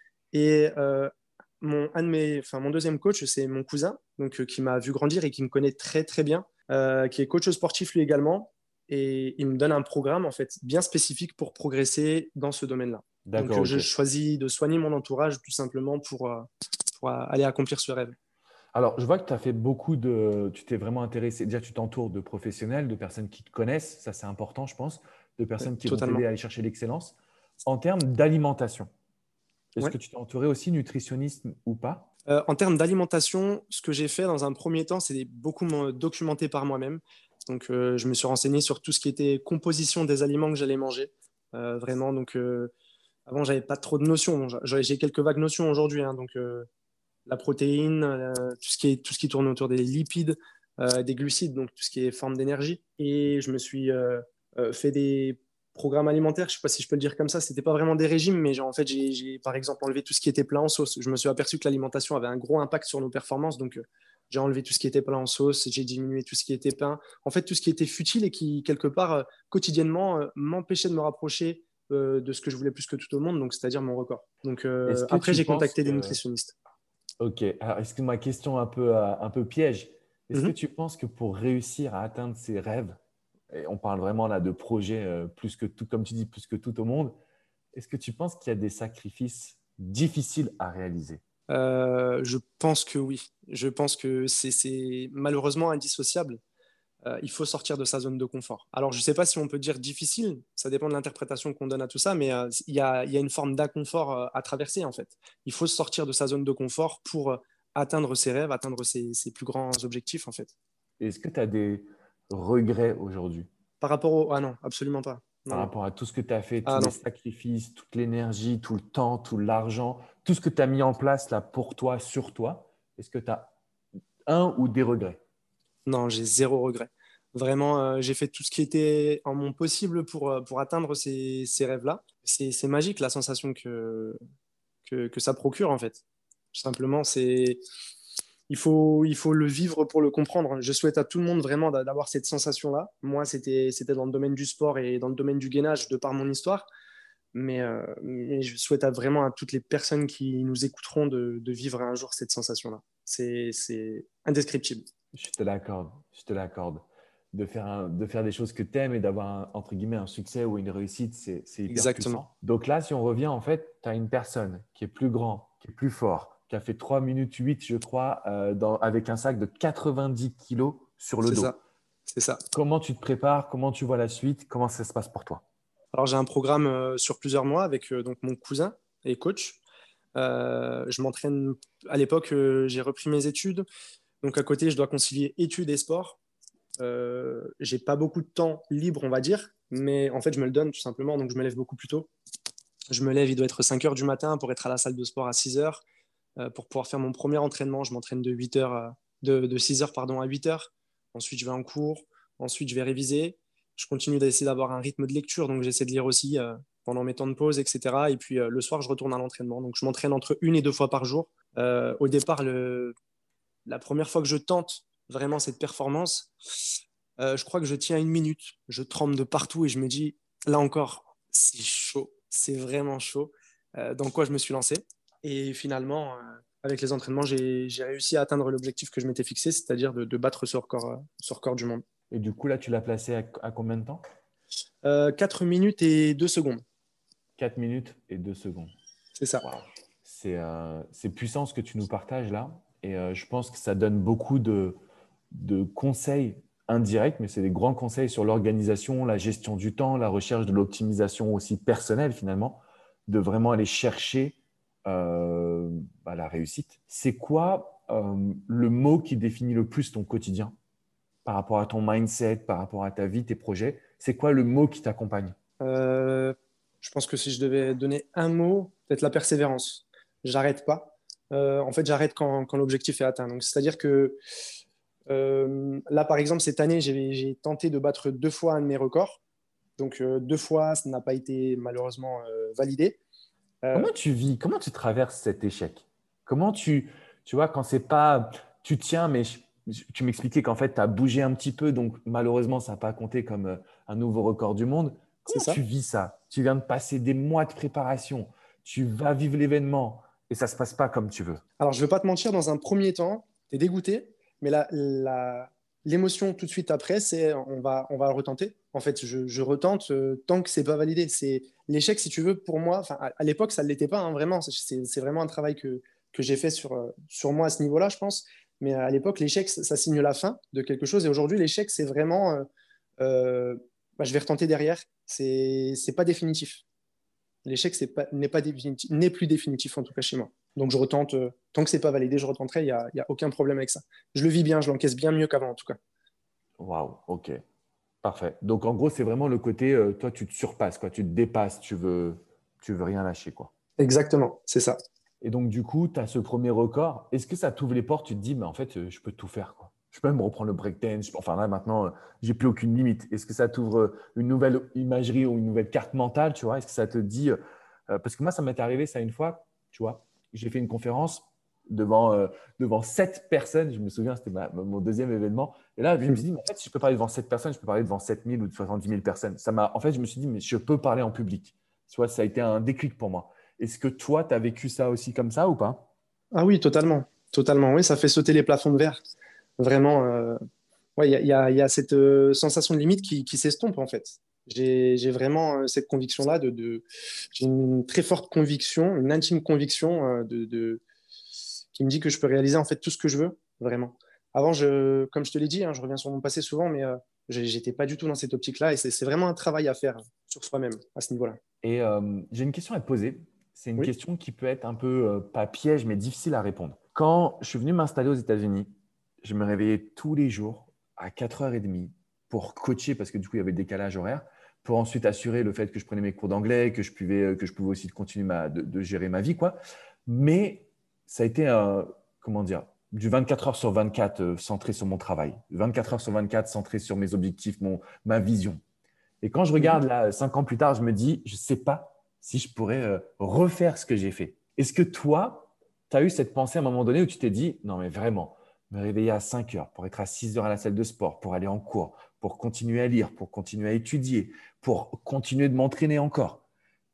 C: Et euh, mon, un de mes, enfin, mon deuxième coach, c'est mon cousin, donc, euh, qui m'a vu grandir et qui me connaît très, très bien, euh, qui est coach sportif lui également. Et il me donne un programme en fait bien spécifique pour progresser dans ce domaine-là. Donc,
B: D'accord,
C: euh,
B: ok.
C: je choisis de soigner mon entourage tout simplement pour, euh, pour euh, aller accomplir ce rêve.
B: Alors, je vois que tu as fait beaucoup de… Tu t'es vraiment intéressé. Déjà, tu t'entoures de professionnels, de personnes qui te connaissent. Ça, c'est important, je pense. De
C: Ouais,
B: personnes qui vont t'aider
C: totalement.
B: à aller chercher l'excellence. En termes d'alimentation, est-ce
C: Ouais.
B: que tu t'es entouré aussi, nutritionniste ou pas?
C: Euh, en termes d'alimentation, ce que j'ai fait dans un premier temps, c'est beaucoup me documenter par moi-même. Donc, euh, je me suis renseigné sur tout ce qui était composition des aliments que j'allais manger. Euh, vraiment, donc, euh, avant, j'avais pas trop de notions. Bon, j'ai j'ai quelques vagues notions aujourd'hui, hein. Donc, euh, la protéine, euh, tout ce qui est, tout ce qui tourne autour des lipides, euh, des glucides, donc tout ce qui est forme d'énergie. Et je me suis euh, euh, fait des programmes alimentaires, je ne sais pas si je peux le dire comme ça, c'était pas vraiment des régimes, mais genre, en fait, j'ai, j'ai par exemple enlevé tout ce qui était plat en sauce. Je me suis aperçu que l'alimentation avait un gros impact sur nos performances, donc euh, j'ai enlevé tout ce qui était plat en sauce, j'ai diminué tout ce qui était pain, en fait, tout ce qui était futile et qui, quelque part, euh, quotidiennement, euh, m'empêchait de me rapprocher euh, de ce que je voulais plus que tout au monde, donc c'est-à-dire mon record. Donc
B: Est-ce
C: euh,
B: que
C: après,
B: tu
C: j'ai
B: penses
C: contacté des
B: que…
C: nutritionnistes.
B: Ok, alors excuse-moi, question un peu, euh, un peu piège. Est-ce que
C: Mhm.
B: tu penses que pour réussir à atteindre ses rêves, et on parle vraiment là de projets euh, plus que tout, comme tu dis, plus que tout au monde, est-ce que tu penses qu'il y a des sacrifices difficiles à réaliser?
C: Euh, je pense que oui. Je pense que c'est c'est malheureusement indissociable. Euh, il faut sortir de sa zone de confort. Alors, je ne sais pas si on peut dire difficile, ça dépend de l'interprétation qu'on donne à tout ça, mais euh, il y a, il y a une forme d'inconfort euh, à traverser, en fait. Il faut sortir de sa zone de confort pour euh, atteindre ses rêves, atteindre ses, ses plus grands objectifs, en fait.
B: Est-ce que tu as des regrets aujourd'hui
C: Par rapport au… Ah non, absolument pas. Non,
B: par
C: non.
B: rapport à tout ce que tu as fait, tous
C: Ah
B: les
C: non.
B: sacrifices, toute l'énergie, tout le temps, tout l'argent, tout ce que tu as mis en place là pour toi, sur toi? Est-ce que tu as un ou des regrets?
C: Non, j'ai zéro regret. Vraiment, euh, j'ai fait tout ce qui était en mon possible pour, euh, pour atteindre ces, ces rêves-là. C'est c'est magique la sensation que, que, que ça procure, en fait. Tout simplement, c'est, il faut, il faut le vivre pour le comprendre. Je souhaite à tout le monde vraiment d'a- d'avoir cette sensation-là. Moi, c'était, c'était dans le domaine du sport et dans le domaine du gainage de par mon histoire. Mais, euh, mais je souhaite à vraiment à toutes les personnes qui nous écouteront de, de vivre un jour cette sensation-là. C'est, c'est indescriptible.
B: Je te l'accorde, je te l'accorde. De faire, un- de faire des choses que tu aimes et d'avoir, un- entre guillemets, un succès ou une réussite, c'est, c'est hyper
C: Exactement.
B: puissant. Donc là, si on revient, en fait, tu as une personne qui est plus grand, qui est plus fort, qui a fait trois minutes huit, je crois, euh, dans- avec un sac de quatre-vingt-dix kilos sur le
C: C'est
B: dos.
C: ça. C'est ça.
B: Comment tu te prépares? Comment tu vois la suite? Comment ça se passe pour toi?
C: Alors, j'ai un programme euh, sur plusieurs mois avec euh, donc, mon cousin et coach. Euh, je m'entraîne. À l'époque, euh, j'ai repris mes études. Donc, à côté, je dois concilier études et sport. Euh, j'ai pas beaucoup de temps libre, on va dire, mais en fait, je me le donne tout simplement. Donc, je me lève beaucoup plus tôt. Je me lève, il doit être cinq heures du matin pour être à la salle de sport à six heures. Euh, pour pouvoir faire mon premier entraînement, je m'entraîne de huit heures à- de, de six heures pardon, à huit heures. Ensuite, je vais en cours. Ensuite, je vais réviser. Je continue d'essayer d'avoir un rythme de lecture. Donc, j'essaie de lire aussi euh, pendant mes temps de pause, et cetera. Et puis, euh, le soir, je retourne à l'entraînement. Donc, je m'entraîne entre une et deux fois par jour. Euh, au départ, le, la première fois que je tente vraiment cette performance, euh, je crois que je tiens une minute. Je tremble de partout et je me dis, là encore, c'est chaud. C'est vraiment chaud. Euh, dans quoi je me suis lancé. Et finalement, euh, avec les entraînements, j'ai, j'ai réussi à atteindre l'objectif que je m'étais fixé, c'est-à-dire de, de battre ce record, euh, ce record du monde.
B: Et du coup, là, tu l'as placé à, à combien de temps?
C: Euh, quatre minutes et deux secondes.
B: Quatre minutes et deux secondes.
C: C'est ça.
B: Waouh. C'est euh, c'est puissant ce que tu nous partages là. Et euh, je pense que ça donne beaucoup de, de conseils indirects, mais c'est des grands conseils sur l'organisation, la gestion du temps, la recherche de l'optimisation aussi personnelle finalement, de vraiment aller chercher euh, bah, la réussite. C'est quoi euh, le mot qui définit le plus ton quotidien par rapport à ton mindset, par rapport à ta vie, tes projets? C'est quoi le mot qui t'accompagne?
C: Euh, je pense que si je devais donner un mot, peut-être la persévérance. J'arrête pas. Euh, en fait, j'arrête quand, quand l'objectif est atteint. Donc, c'est-à-dire que euh, là, par exemple, cette année, j'ai, j'ai tenté de battre deux fois un de mes records. Donc, euh, deux fois, ça n'a pas été malheureusement euh, validé. Euh,
B: Comment tu vis, comment tu traverses cet échec? Comment tu, tu vois, quand c'est pas, tu tiens, mais je- je- tu m'expliquais qu'en fait, tu as bougé un petit peu, donc malheureusement, ça n'a pas compté comme euh, un nouveau record du monde.
C: c'est
B: Comment
C: ça.
B: tu vis ça? Tu viens de passer des mois de préparation, tu vas vivre l'événement et ça se passe pas comme tu veux.
C: Alors, je ne vais pas te mentir, dans un premier temps, tu es dégoûté, mais la, la- l'émotion tout de suite après, c'est on va, on va le retenter. En fait, je, je retente euh, tant que c'est pas validé. C'est l'échec, si tu veux, pour moi. Enfin, à, à l'époque, ça ne l'était pas, hein, vraiment. C'est, c'est vraiment un travail que, que j'ai fait sur, euh, sur moi à ce niveau-là, je pense. Mais à l'époque, l'échec, ça, ça signe la fin de quelque chose. Et aujourd'hui, l'échec, c'est vraiment, euh, euh, bah, je vais retenter derrière. C'est, c'est pas définitif. L'échec c'est pas, n'est, pas définitif, n'est plus définitif, en tout cas chez moi. Donc je retente, euh, tant que c'est pas validé, je retenterai, il n'y a, y a aucun problème avec ça. Je le vis bien, je l'encaisse bien mieux qu'avant, en tout cas.
B: Waouh, ok, parfait. Donc en gros, c'est vraiment le côté, euh, toi, tu te surpasses, quoi, tu te dépasses, tu veux, tu veux rien lâcher, quoi.
C: Exactement, c'est ça.
B: Et donc, du coup, tu as ce premier record. Est-ce que ça t'ouvre les portes? Tu te dis, mais en fait, euh, je peux tout faire, quoi. Je peux même reprendre le breakdance. Enfin, là, maintenant, euh, j'ai plus aucune limite. Est-ce que ça t'ouvre euh, une nouvelle imagerie ou une nouvelle carte mentale, tu vois? Est-ce que ça te dit… euh, euh, parce que moi, ça m'est arrivé ça une fois, tu vois. J'ai fait une conférence devant, euh, devant sept personnes. Je me souviens, c'était ma- mon deuxième événement. Et là, je me suis dit, mais en fait, si je peux parler devant sept personnes, je peux parler devant sept mille ou soixante-dix mille personnes. Ça m'a, en fait, je me suis dit, mais je peux parler en public. Tu vois, ça a été un déclic pour moi. Est-ce que toi, tu as vécu ça aussi comme ça ou pas?
C: Ah oui, totalement. Totalement, oui, ça fait sauter les plafonds de verre. Vraiment, euh, ouais, il y a, y a- y a cette euh, sensation de limite qui, qui s'estompe, en fait. J'ai, j'ai vraiment euh, cette conviction-là, de, de- j'ai une très forte conviction, une intime conviction euh, de, de- qui me dit que je peux réaliser en fait tout ce que je veux, vraiment. Avant, je, comme je te l'ai dit, hein, je reviens sur mon passé souvent, mais euh, j'ai- j'étais pas du tout dans cette optique-là et c'est c'est vraiment un travail à faire sur soi-même à ce niveau-là.
B: Et euh, j'ai une question à te poser. C'est une
C: Oui,
B: question qui peut être un peu, euh, pas piège, mais difficile à répondre. Quand je suis venu m'installer aux États-Unis, je me réveillais tous les jours à quatre heures trente pour coacher, parce que du coup, il y avait le décalage horaire, pour ensuite assurer le fait que je prenais mes cours d'anglais, que je pouvais, euh, que je pouvais aussi continuer ma- de, de gérer ma vie, quoi. Mais ça a été, un, comment dire, du vingt-quatre heures sur vingt-quatre euh, centré sur mon travail, vingt-quatre heures sur vingt-quatre centré sur mes objectifs, mon, ma vision. Et quand je
C: mhm.
B: regarde là, cinq ans plus tard, je me dis, je ne sais pas si je pourrais euh, refaire ce que j'ai fait. Est-ce que toi, tu as eu cette pensée à un moment donné où tu t'es dit, non mais vraiment, me réveiller à cinq heures pour être à six heures à la salle de sport, pour aller en cours, pour continuer à lire, pour continuer à étudier, pour continuer de m'entraîner encore.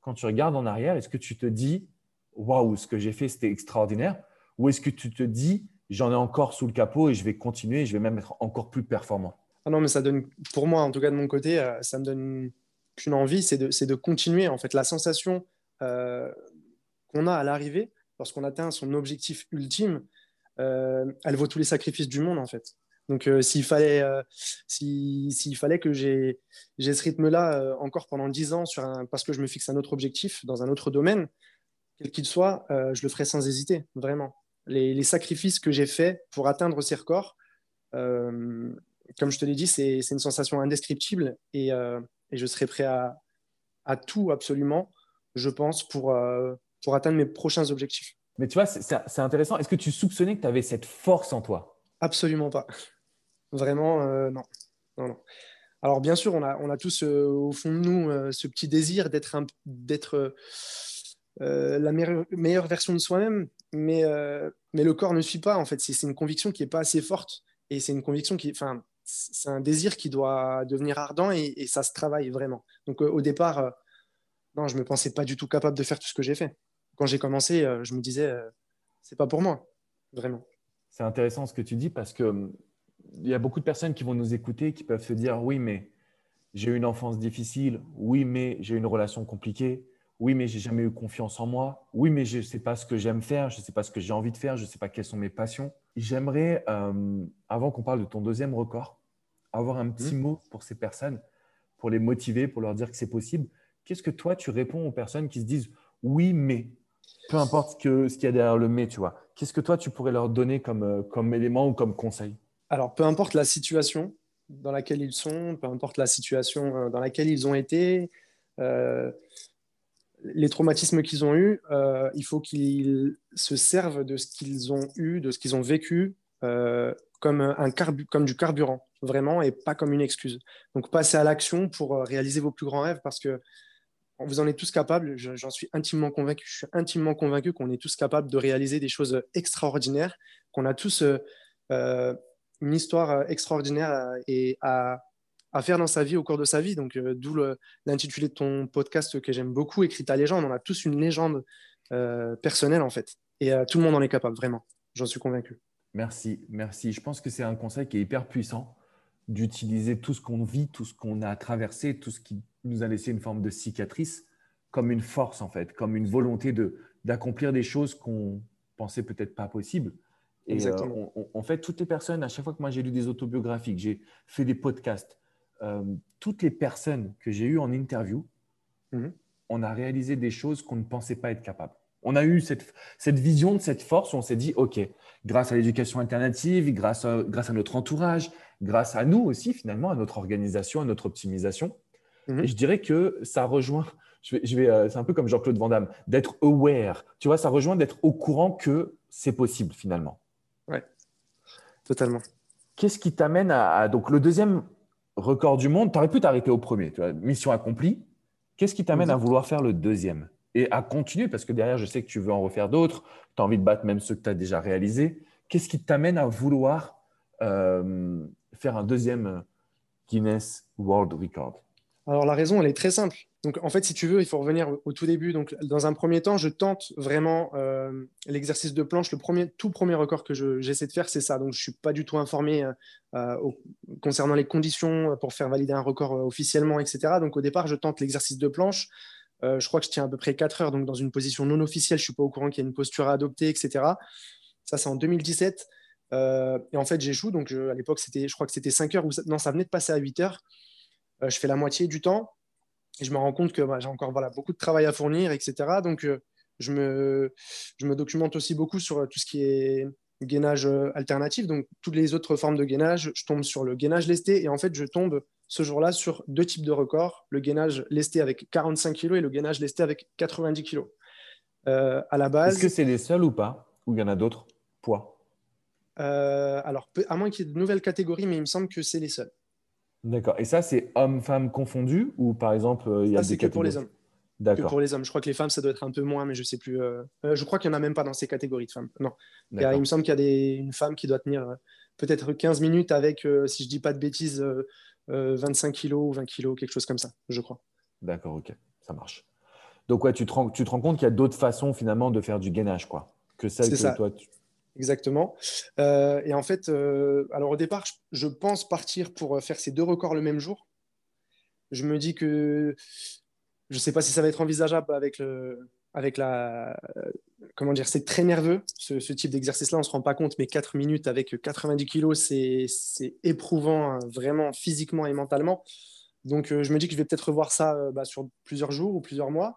B: quand tu regardes en arrière, est-ce que tu te dis « Waouh, ce que j'ai fait, c'était extraordinaire » ou est-ce que tu te dis « J'en ai encore sous le capot et je vais continuer et je vais même être encore plus performant »
C: Ah non, mais ça donne, pour moi, en tout cas de mon côté, euh, ça me donne qu'une envie, c'est de, c'est de continuer. En fait, la sensation euh, qu'on a à l'arrivée, lorsqu'on atteint son objectif ultime, euh, elle vaut tous les sacrifices du monde, en fait. Donc, euh, s'il fallait, euh, si, s'il fallait que j'ai, j'ai ce rythme-là euh, encore pendant dix ans sur un, parce que je me fixe un autre objectif dans un autre domaine, quel qu'il soit, euh, je le ferai sans hésiter, vraiment. Les, les sacrifices que j'ai faits pour atteindre ces records, euh, comme je te l'ai dit, c'est, c'est une sensation indescriptible et, euh, et je serai prêt à, à tout absolument, je pense, pour, euh, pour atteindre mes prochains objectifs.
B: Mais tu vois, c'est, c'est c'est intéressant. Est-ce que tu soupçonnais que tu avais cette force en toi?
C: Absolument pas. Vraiment, euh, non. Non, non. Alors, bien sûr, on a, on a tous euh, au fond de nous euh, ce petit désir d'être, un, d'être euh, la meilleure, meilleure version de soi-même, mais, euh, mais le corps ne suit pas, en fait. C'est, c'est une conviction qui n'est pas assez forte et c'est une conviction qui, enfin, c'est un désir qui doit devenir ardent et, et ça se travaille vraiment. Donc, euh, au départ, euh, non, je ne me pensais pas du tout capable de faire tout ce que j'ai fait. Quand j'ai commencé, euh, je me disais, euh, c'est pas pour moi, vraiment.
B: C'est intéressant ce que tu dis parce que hum, il y a beaucoup de personnes qui vont nous écouter qui peuvent se dire oui, mais j'ai eu une enfance difficile. Oui, mais j'ai eu une relation compliquée. Oui, mais j'ai jamais eu confiance en moi. Oui, mais je ne sais pas ce que j'aime faire. Je ne sais pas ce que j'ai envie de faire. Je ne sais pas quelles sont mes passions. J'aimerais, euh, avant qu'on parle de ton deuxième record, avoir un
C: Mmh.
B: petit mot pour ces personnes, pour les motiver, pour leur dire que c'est possible. Qu'est-ce que toi, tu réponds aux personnes qui se disent oui, mais peu importe ce que- ce qu'il y a derrière le mais, tu vois. Qu'est-ce que toi, tu pourrais leur donner comme, euh, comme élément ou comme conseil?
C: Alors, peu importe la situation dans laquelle ils sont, peu importe la situation euh, dans laquelle ils ont été, euh, les traumatismes qu'ils ont eus, euh, il faut qu'ils se servent de ce qu'ils ont eu, de ce qu'ils ont vécu, euh, comme, un carbu- comme du carburant, vraiment, et pas comme une excuse. Donc, passez à l'action pour euh, réaliser vos plus grands rêves parce que vous en êtes tous capables, je- j'en suis intimement convaincu, je suis intimement convaincu qu'on est tous capables de réaliser des choses extraordinaires, qu'on a tous euh, euh, une histoire euh, extraordinaire à, et à, à faire dans sa vie, au cours de sa vie. Donc, euh, d'où le- l'intitulé de ton podcast que j'aime beaucoup, Écris ta légende. On a tous une légende euh, personnelle, en fait. Et euh, tout le monde en est capable, vraiment. J'en suis convaincu.
B: Merci, merci. Je pense que c'est un conseil qui est hyper puissant d'utiliser tout ce qu'on vit, tout ce qu'on a traversé, tout ce qui nous a laissé une forme de cicatrice comme une force en fait, comme une volonté de d'accomplir des choses qu'on pensait peut-être pas possibles. Et euh,
C: Exactement.
B: on- on- en fait, toutes les personnes, à chaque fois que moi j'ai lu des autobiographies, que j'ai fait des podcasts, euh, toutes les personnes que j'ai eues en interview,
C: Mhm.
B: on a réalisé des choses qu'on ne pensait pas être capable. On a eu cette, cette vision de cette force où on s'est dit, OK, grâce à l'éducation alternative, grâce à, grâce à notre entourage, grâce à nous aussi, finalement, à notre organisation, à notre optimisation. Et
C: Mhm.
B: je dirais que ça rejoint, je vais, je vais, euh, c'est un peu comme Jean-Claude Van Damme, d'être aware. Tu vois, ça rejoint d'être au courant que c'est possible finalement.
C: Ouais, totalement.
B: Qu'est-ce qui t'amène à, à- Donc, le deuxième record du monde, tu aurais pu t'arrêter au premier, tu vois, mission accomplie. Qu'est-ce qui t'amène à
C: Mhm.
B: vouloir faire le deuxième et à continuer? Parce que derrière, je sais que tu veux en refaire d'autres, tu as envie de battre même ceux que tu as déjà réalisés. Qu'est-ce qui t'amène à vouloir euh, faire un deuxième Guinness World Record?
C: Alors la raison, elle est très simple. Donc en fait, si tu veux, il faut revenir au, au tout début. Donc dans un premier temps, je tente vraiment euh, l'exercice de planche. Le premier, tout premier record que je- j'essaie de faire, c'est ça. Donc je suis pas du tout informé euh, euh, au- concernant les conditions pour faire valider un record euh, officiellement, et cetera. Donc au départ, je tente l'exercice de planche. Euh, je crois que je tiens à peu près quatre heures, donc dans une position non officielle. Je suis pas au courant qu'il y a une posture à adopter, et cetera. Ça, c'est en deux mille dix-sept. Euh, et en fait, j'échoue. Donc je- à l'époque, c'était, je crois que c'était cinq heures. Ou ça- non, ça venait de passer à huit heures. Euh, je fais la moitié du temps et je me rends compte que bah, j'ai encore voilà, beaucoup de travail à fournir, et cetera. Donc, euh, je, me, je me documente aussi beaucoup sur euh, tout ce qui est gainage euh, alternatif, donc toutes les autres formes de gainage. Je tombe sur le gainage lesté et en fait, je tombe ce jour-là sur deux types de records, le gainage lesté avec quarante-cinq kilos et le gainage lesté avec quatre-vingt-dix kilos. Euh, à la
B: Est-ce que
C: base,
B: c'est les seuls ou pas? Ou il y en a d'autres poids?
C: euh, alors à moins qu'il y ait de nouvelles catégories, mais il me semble que c'est les seuls.
B: D'accord. Et ça, c'est hommes-femmes confondus ou par exemple, euh, il y a
C: Ça,
B: des
C: c'est que pour les
B: catégories?
C: hommes. Que pour
B: D'accord.
C: les hommes. Je crois que les femmes, ça doit être un peu moins, mais je sais plus. euh, euh, je crois qu'il n'y en a même pas dans ces catégories de femmes. Non. Il, y a- il me
B: D'accord.
C: semble qu'il y a des, une femme qui doit tenir euh, peut-être quinze minutes avec, euh, si je dis pas de bêtises, euh, euh, vingt-cinq kilos ou vingt kilos, quelque chose comme ça, je crois.
B: D'accord, ok. Ça marche. Donc, ouais, tu te rends, tu te rends compte qu'il y a d'autres façons finalement de faire du gainage, quoi, que celle
C: C'est
B: que
C: ça,
B: toi, tu…
C: exactement. Euh, et en fait, euh, alors au départ, je, je pense partir pour faire ces deux records le même jour. Je me dis que je ne sais pas si ça va être envisageable avec le, avec la, comment dire, c'est très nerveux ce, ce type d'exercice-là. On ne se rend pas compte, mais quatre minutes avec quatre-vingt-dix kilos, c'est, c'est éprouvant, hein, vraiment physiquement et mentalement. Donc, euh, je me dis que je vais peut-être revoir ça euh, bah, sur plusieurs jours ou plusieurs mois.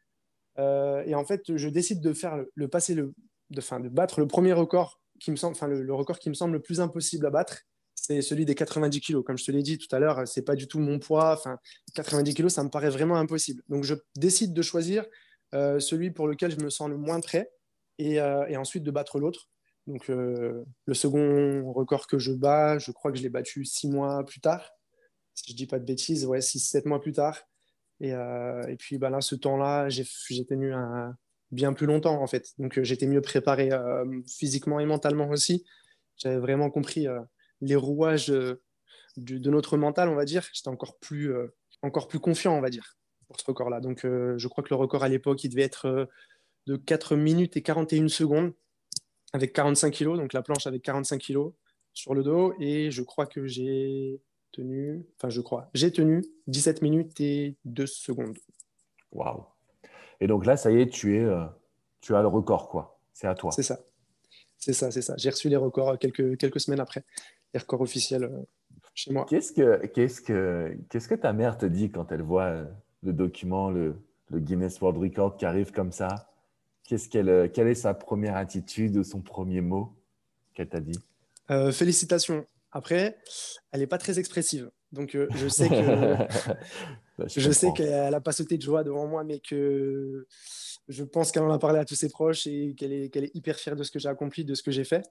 C: Euh, et en fait, je décide de faire le, le passer le, de, fin, de battre le premier record qui me semble, enfin le, le record qui me semble le plus impossible à battre, c'est celui des quatre-vingt-dix kilos. Comme je te l'ai dit tout à l'heure, c'est pas du tout mon poids. Enfin, quatre-vingt-dix kilos, ça me paraît vraiment impossible. Donc, je décide de choisir euh, celui pour lequel je me sens le moins prêt et, euh, et ensuite de battre l'autre. Donc, euh, le second record que je bats, je crois que je l'ai battu six mois plus tard. Si je dis pas de bêtises, ouais, six, sept mois plus tard. Et, euh, et puis bah, là, ce temps-là, j'ai, j'ai tenu un, bien plus longtemps en fait. Donc euh, j'étais mieux préparé euh, physiquement et mentalement aussi. J'avais vraiment compris euh, les rouages euh, du, de notre mental, on va dire. J'étais encore plus, euh, encore plus confiant, on va dire, pour ce record-là. Donc euh, je crois que le record à l'époque, il devait être euh, de quatre minutes et quarante et une secondes avec quarante-cinq kilos. Donc la planche avec quarante-cinq kilos sur le dos. Et je crois que j'ai tenu, enfin je crois, j'ai tenu dix-sept minutes et deux secondes.
B: Waouh. Et donc là, ça y est, tu es, euh, tu as le record, quoi. C'est à
C: C'est
B: toi.
C: ça, c'est ça, c'est ça. J'ai reçu les records quelques, quelques semaines après, les records officiels euh, chez moi.
B: Qu'est-ce que, qu'est-ce que, qu'est-ce que ta mère te dit quand elle voit euh, le document, le, le Guinness World Record qui arrive comme ça? Qu'est-ce qu'elle, euh, quelle est sa première attitude ou son premier mot qu'elle t'a dit?
C: Euh, félicitations. Après, elle n'est pas très expressive. Donc, euh, je sais que
B: Bah, je
C: je sais
B: comprends.
C: qu'elle n'a pas sauté de joie devant moi, mais que je pense qu'elle en a parlé à tous ses proches et qu'elle est, qu'elle est hyper fière de ce que j'ai accompli, de ce que j'ai fait.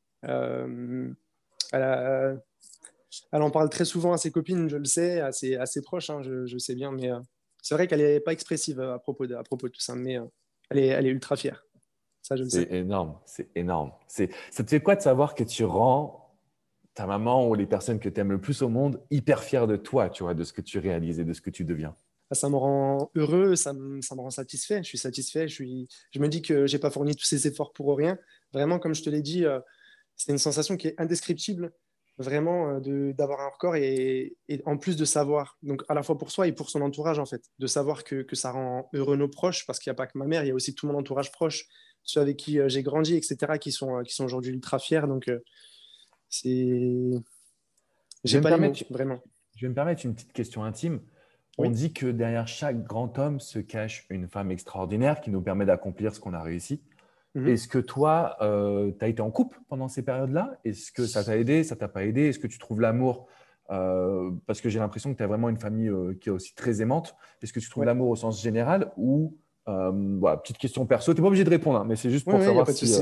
C: Euh, elle, a- elle en parle très souvent à ses copines, je le sais, à ses, à ses proches, hein, je, je sais bien, mais euh, c'est vrai qu'elle n'est pas expressive à propos de, à propos de tout ça, mais euh, elle est, elle est ultra fière. Ça, je le sais.
B: C'est énorme, c'est énorme. C'est, ça te fait quoi de savoir que tu rends ta maman ou les personnes que tu aimes le plus au monde hyper fières de toi, tu vois, de ce que tu réalises et de ce que tu deviens?
C: Ça me rend heureux, ça me, ça me rend satisfait. Je suis satisfait. Je, suis, je me dis que j'ai pas fourni tous ces efforts pour rien. Vraiment, comme je te l'ai dit, euh, c'est une sensation qui est indescriptible, vraiment, euh, de, d'avoir un record et, et en plus de savoir, donc à la fois pour soi et pour son entourage, en fait, de savoir que, que ça rend heureux nos proches, parce qu'il n'y a pas que ma mère, il y a aussi tout mon entourage proche, ceux avec qui euh, j'ai grandi, et cetera, qui sont, euh, qui sont aujourd'hui ultra fiers. Donc, euh, c'est.
B: Je vais
C: J'ai
B: me
C: pas les
B: permettre,
C: mots, vraiment.
B: je vais me permettre une petite question intime. On
C: Oui.
B: dit que derrière chaque grand homme se cache une femme extraordinaire qui nous permet d'accomplir ce qu'on a réussi.
C: Mhm.
B: Est-ce que toi, euh, tu as été en couple pendant ces périodes-là? Est-ce que ça t'a aidé, ça t'a pas aidé? Est-ce que tu trouves l'amour euh, parce que j'ai l'impression que tu as vraiment une famille euh, qui est aussi très aimante. Est-ce que tu trouves
C: Ouais.
B: l'amour au sens général ou euh, voilà, petite question perso, tu n'es pas obligé de répondre, hein, mais c'est juste
C: Oui,
B: pour
C: il n'y a
B: savoir
C: pas de
B: si… euh,
C: souci.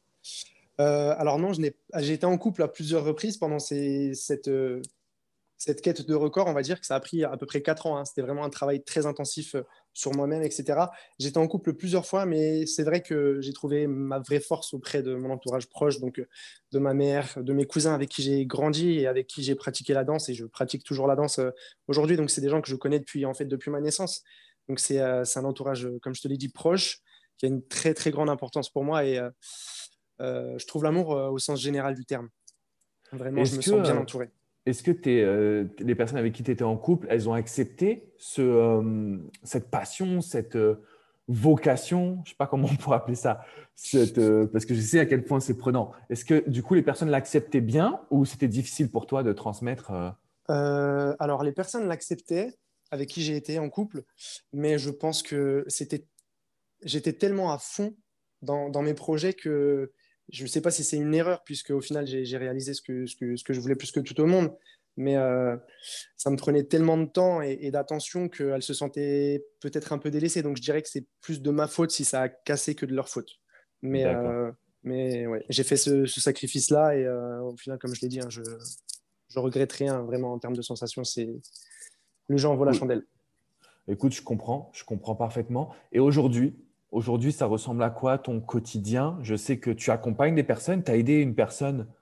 C: Euh, alors non, je n'ai, j'ai été en couple à plusieurs reprises pendant ces, cette, euh, cette quête de record, on va dire que ça a pris à peu près quatre ans, hein. C'était vraiment un travail très intensif euh, sur moi-même, et cetera. J'étais en couple plusieurs fois, mais c'est vrai que j'ai trouvé ma vraie force auprès de mon entourage proche, donc euh, de ma mère, de mes cousins avec qui j'ai grandi et avec qui j'ai pratiqué la danse, et je pratique toujours la danse euh, aujourd'hui. Donc c'est des gens que je connais depuis, en fait, depuis ma naissance. Donc c'est euh, c'est un entourage, euh, comme je te l'ai dit, proche, qui a une très très grande importance pour moi, et euh, euh, je trouve l'amour euh, au sens général du terme. Vraiment, je
B: Est-ce
C: me
B: que,
C: sens bien
B: euh,
C: entouré.
B: est-ce que t'es, euh, les personnes avec qui tu étais en couple, elles ont accepté ce, euh, cette passion, cette euh, vocation, je ne sais pas comment on pourrait appeler ça, cette, euh, parce que je sais à quel point c'est prenant. Est-ce que du coup les personnes l'acceptaient bien ou c'était difficile pour toi de transmettre euh,
C: Euh, alors, les personnes l'acceptaient avec qui j'ai été en couple, mais je pense que c'était, j'étais tellement à fond dans, dans mes projets que je ne sais pas si c'est une erreur, puisque au final, j'ai j'ai réalisé ce que, ce, que, ce que je voulais plus que tout au monde. Mais euh, ça me prenait tellement de temps et, et d'attention qu'elles se sentaient peut-être un peu délaissées. Donc, je dirais que c'est plus de ma faute si ça a cassé que de leur faute. Mais,
B: D'accord.
C: euh, mais ouais, j'ai fait ce, ce sacrifice-là et euh, au final, comme je l'ai dit, hein, je, je regrette rien vraiment en termes de sensations. C'est le jeu en vaut la
B: Cool.
C: chandelle.
B: Écoute, je comprends, je comprends parfaitement. Et aujourd'hui, aujourd'hui, ça ressemble à quoi ton quotidien? Je sais que tu accompagnes des personnes, tu as aidé une personne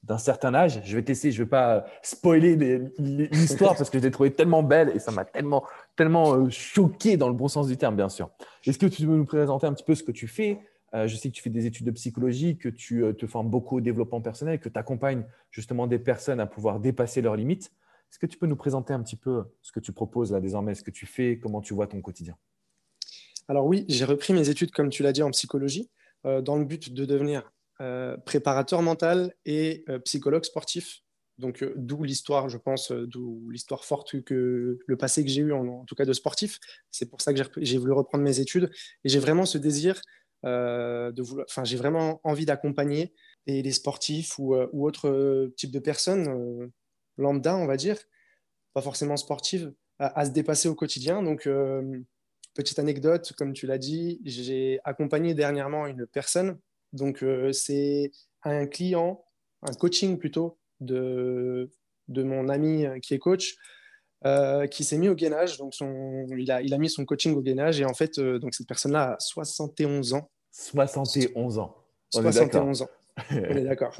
B: d'un certain âge. Je vais t'essayer, je ne vais pas spoiler les- les- l'histoire parce que je l'ai trouvée tellement belle et ça m'a tellement, tellement euh, choqué dans le bon sens du terme, bien sûr. Est-ce que tu peux nous présenter un petit peu ce que tu fais? Euh, je sais que tu fais des études de psychologie, que tu euh, te formes beaucoup au développement personnel, que tu accompagnes justement des personnes à pouvoir dépasser leurs limites. Est-ce que tu peux nous présenter un petit peu ce que tu proposes là désormais, ce que tu fais, comment tu vois ton quotidien?
C: Alors oui, j'ai repris mes études, comme tu l'as dit, en psychologie, euh, dans le but de devenir euh, préparateur mental et euh, psychologue sportif. Donc euh, d'où l'histoire, je pense, euh, d'où l'histoire forte que le passé que j'ai eu, en, en tout cas de sportif. C'est pour ça que j'ai, repris- j'ai voulu reprendre mes études. Et j'ai vraiment ce désir euh, de vouloir, enfin, j'ai vraiment envie d'accompagner les, les sportifs ou, euh, ou autres euh, types de personnes, euh, lambda, on va dire, pas forcément sportives, à, à se dépasser au quotidien. Donc, euh, petite anecdote, comme tu l'as dit, j'ai accompagné dernièrement une personne. Donc, euh, c'est un client, un coaching plutôt, de, de mon ami qui est coach, euh, qui s'est mis au gainage. Donc, son, il, a, il a mis son coaching au gainage. Et en fait, euh, donc cette personne-là a soixante et onze ans.
B: soixante et onze ans. On est
C: soixante et
B: d'accord.
C: onze ans, on est d'accord.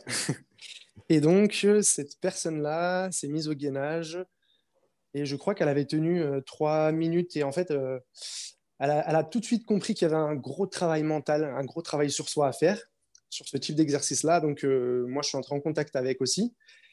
C: Et donc, euh, cette personne-là s'est mise au gainage. Et je crois qu'elle avait tenu euh, trois minutes. Et en fait, euh, elle, a, elle a tout de suite compris qu'il y avait un gros travail mental, un gros travail sur soi à faire, sur ce type d'exercice-là. Donc, euh, moi, je suis entré en contact avec aussi.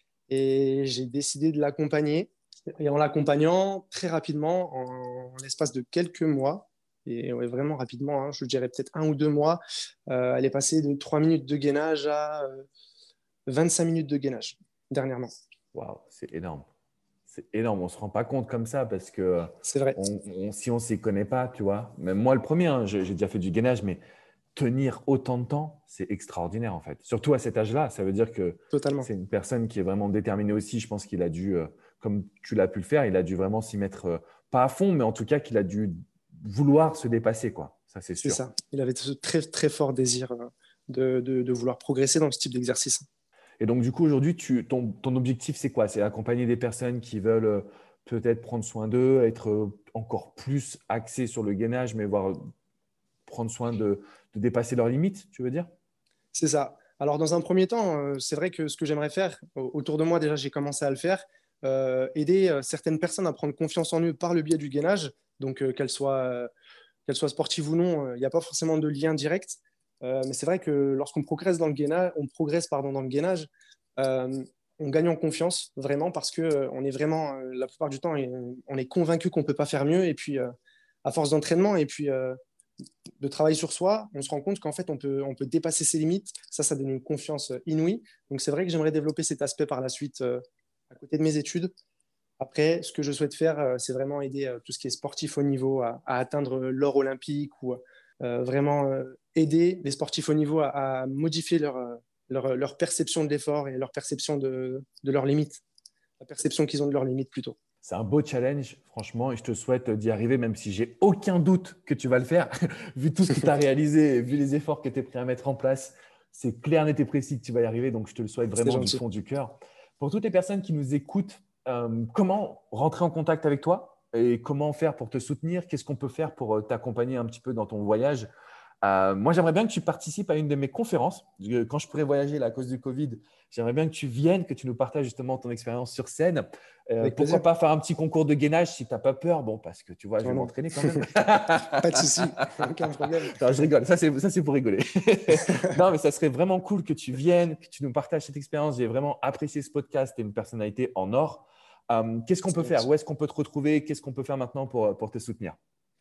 C: Et j'ai décidé de l'accompagner. Et en l'accompagnant très rapidement, en, en l'espace de quelques mois, et ouais, vraiment rapidement, hein, je dirais peut-être un ou deux mois, euh, elle est passée de trois minutes de gainage à euh, vingt-cinq minutes de gainage dernièrement.
B: Waouh, c'est énorme. C'est énorme. On ne se rend pas compte comme ça parce que
C: C'est vrai,
B: on, on- si on ne s'y connaît pas, tu vois. Même moi, le premier, hein, j'ai j'ai déjà fait du gainage, mais tenir autant de temps, c'est extraordinaire en fait. Surtout à cet âge-là, ça veut dire que
C: totalement.
B: c'est une personne qui est vraiment déterminée aussi. Je pense qu'il a dû, euh, comme tu l'as pu le faire, il a dû vraiment s'y mettre, euh, pas à fond, mais en tout cas qu'il a dû vouloir se dépasser, quoi. Ça, c'est
C: C'est
B: sûr.
C: ça. Il avait ce très, très fort désir euh, de, de, de vouloir progresser dans ce type d'exercice.
B: Et donc, du coup, aujourd'hui, tu, ton, ton objectif, c'est quoi? C'est accompagner des personnes qui veulent euh, peut-être prendre soin d'eux, être euh, encore plus axées sur le gainage, mais voir prendre soin de, de dépasser leurs limites, tu veux dire?
C: C'est ça. Alors, dans un premier temps, euh, c'est vrai que ce que j'aimerais faire, au- autour de moi, déjà, j'ai commencé à le faire, euh, aider euh, certaines personnes à prendre confiance en eux par le biais du gainage. Donc, euh, qu'elles soient, euh, qu'elles soient sportives ou non, euh, il n'y a pas forcément de lien direct. Euh, mais c'est vrai que lorsqu'on progresse dans le gainage, on progresse pardon, dans le gainage, euh, on gagne en confiance vraiment parce que euh, on est vraiment, euh, la plupart du temps, on est convaincu qu'on ne peut pas faire mieux. Et puis, euh, à force d'entraînement et puis euh, de travail sur soi, on se rend compte qu'en fait, on peut, on peut dépasser ses limites. Ça, ça donne une confiance euh, inouïe. Donc, c'est vrai que j'aimerais développer cet aspect par la suite euh, à côté de mes études. Après, ce que je souhaite faire, euh, c'est vraiment aider euh, tout ce qui est sportif au niveau à, à atteindre l'or olympique ou euh, vraiment euh, aider les sportifs au niveau à, à modifier leur, euh, leur, leur perception de l'effort et leur perception de, de leurs limites, la perception qu'ils ont de leurs limites plutôt.
B: C'est un beau challenge, franchement, et je te souhaite d'y arriver, même si j'ai aucun doute que tu vas le faire, vu tout ce que tu as réalisé, vu les efforts que tu es prêt à mettre en place. C'est clair, net et précis que tu vas y arriver, donc je te le souhaite
C: C'est
B: vraiment du
C: gentil.
B: fond du cœur. Pour toutes les personnes qui nous écoutent, euh, comment rentrer en contact avec toi et comment faire pour te soutenir? Qu'est-ce qu'on peut faire pour euh, t'accompagner un petit peu dans ton voyage? Euh, moi, j'aimerais bien que tu participes à une de mes conférences. Quand je pourrai voyager là, à cause du Covid, j'aimerais bien que tu viennes, que tu nous partages justement ton expérience sur scène. Euh,
C: Avec
B: pourquoi
C: plaisir.
B: pas faire un petit concours de gainage si tu n'as pas peur? Bon, parce que tu vois, je vais
C: Non, non.
B: m'entraîner quand même.
C: Pas de souci. Aucun problème.
B: Non, je rigole. Ça, c'est, ça, c'est pour rigoler. Non, mais ça serait vraiment cool que tu viennes, que tu nous partages cette expérience. J'ai vraiment apprécié ce podcast. Tu es une personnalité en or. Euh, qu'est-ce qu'on
C: C'est
B: peut faire?
C: gentil.
B: Où est-ce qu'on peut te retrouver? Qu'est-ce qu'on peut faire maintenant pour, pour te soutenir?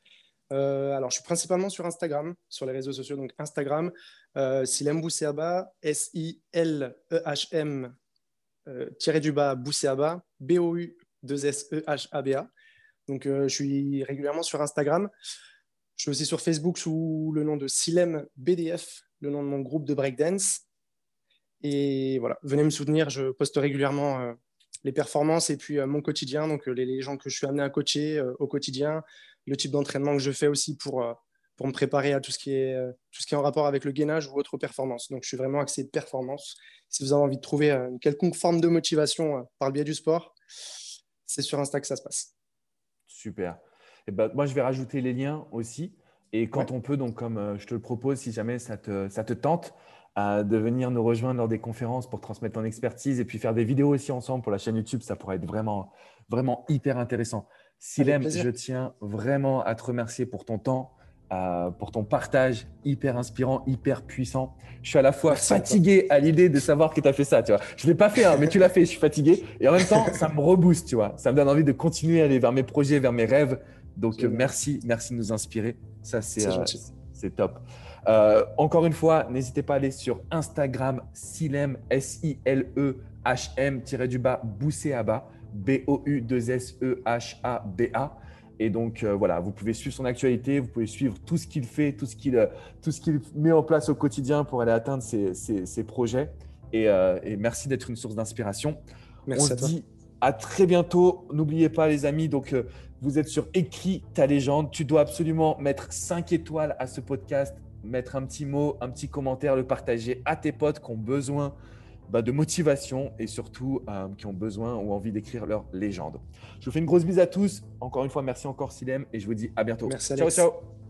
C: Euh, alors, je suis principalement sur Instagram, sur les réseaux sociaux. Donc, Instagram, euh, Silem Bousseaba, S I L E H M, euh, tiré du bas, Bousseaba, B O U deux S E H A B A. Donc, euh, je suis régulièrement sur Instagram. Je suis aussi sur Facebook sous le nom de Silem B D F, le nom de mon groupe de breakdance. Et voilà, venez me soutenir. Je poste régulièrement euh, les performances et puis euh, mon quotidien, donc euh, les, les gens que je suis amené à coacher euh, au quotidien, le type d'entraînement que je fais aussi pour, euh, pour me préparer à tout ce, qui est, euh, tout ce qui est en rapport avec le gainage ou autre performance. Donc je suis vraiment axé performance. Si vous avez envie de trouver euh, une quelconque forme de motivation euh, par le biais du sport, c'est sur Insta que ça se passe.
B: Super. Et ben, moi, je vais rajouter les liens aussi. Et
C: Ouais,
B: quand on peut, donc comme euh, je te le propose, si jamais ça te, ça te tente, euh, de venir nous rejoindre lors des conférences pour transmettre ton expertise et puis faire des vidéos aussi ensemble pour la chaîne YouTube. Ça pourrait être vraiment, vraiment hyper intéressant. Silem, je tiens vraiment à te remercier pour ton temps, euh, pour ton partage hyper inspirant, hyper puissant. Je suis à la fois
C: Merci
B: fatigué à, à l'idée de savoir que tu as fait ça. Tu vois. Je ne l'ai pas fait, hein, mais tu l'as fait. Je suis fatigué. Et en même temps, ça me rebooste. Tu vois. Ça me donne envie de continuer à aller vers mes projets, vers mes rêves. Donc, euh, merci, merci de nous inspirer. Ça, c'est euh, c'est top. Euh, encore une fois, n'hésitez pas à aller sur Instagram, Silem, S I L E H M, tiré du bas, Bousseaba, B O U deux S E H A B A. Et donc, euh, voilà, vous pouvez suivre son actualité, vous pouvez suivre tout ce qu'il fait, tout ce qu'il euh, tout ce qu'il met en place au quotidien pour aller atteindre ses, ses, ses projets. Et, euh, et merci d'être une source d'inspiration.
C: Merci
B: On se
C: à toi.
B: dit à très bientôt. N'oubliez pas, les amis, donc, euh, vous êtes sur Écris ta légende. Tu dois absolument mettre cinq étoiles à ce podcast, mettre un petit mot, un petit commentaire, le partager à tes potes qui ont besoin bah, de motivation et surtout euh, qui ont besoin ou envie d'écrire leur légende. Je vous fais une grosse bise à tous. Encore une fois, merci encore Silem et je vous dis à bientôt.
C: Merci
B: Ciao,
C: Alex.
B: ciao.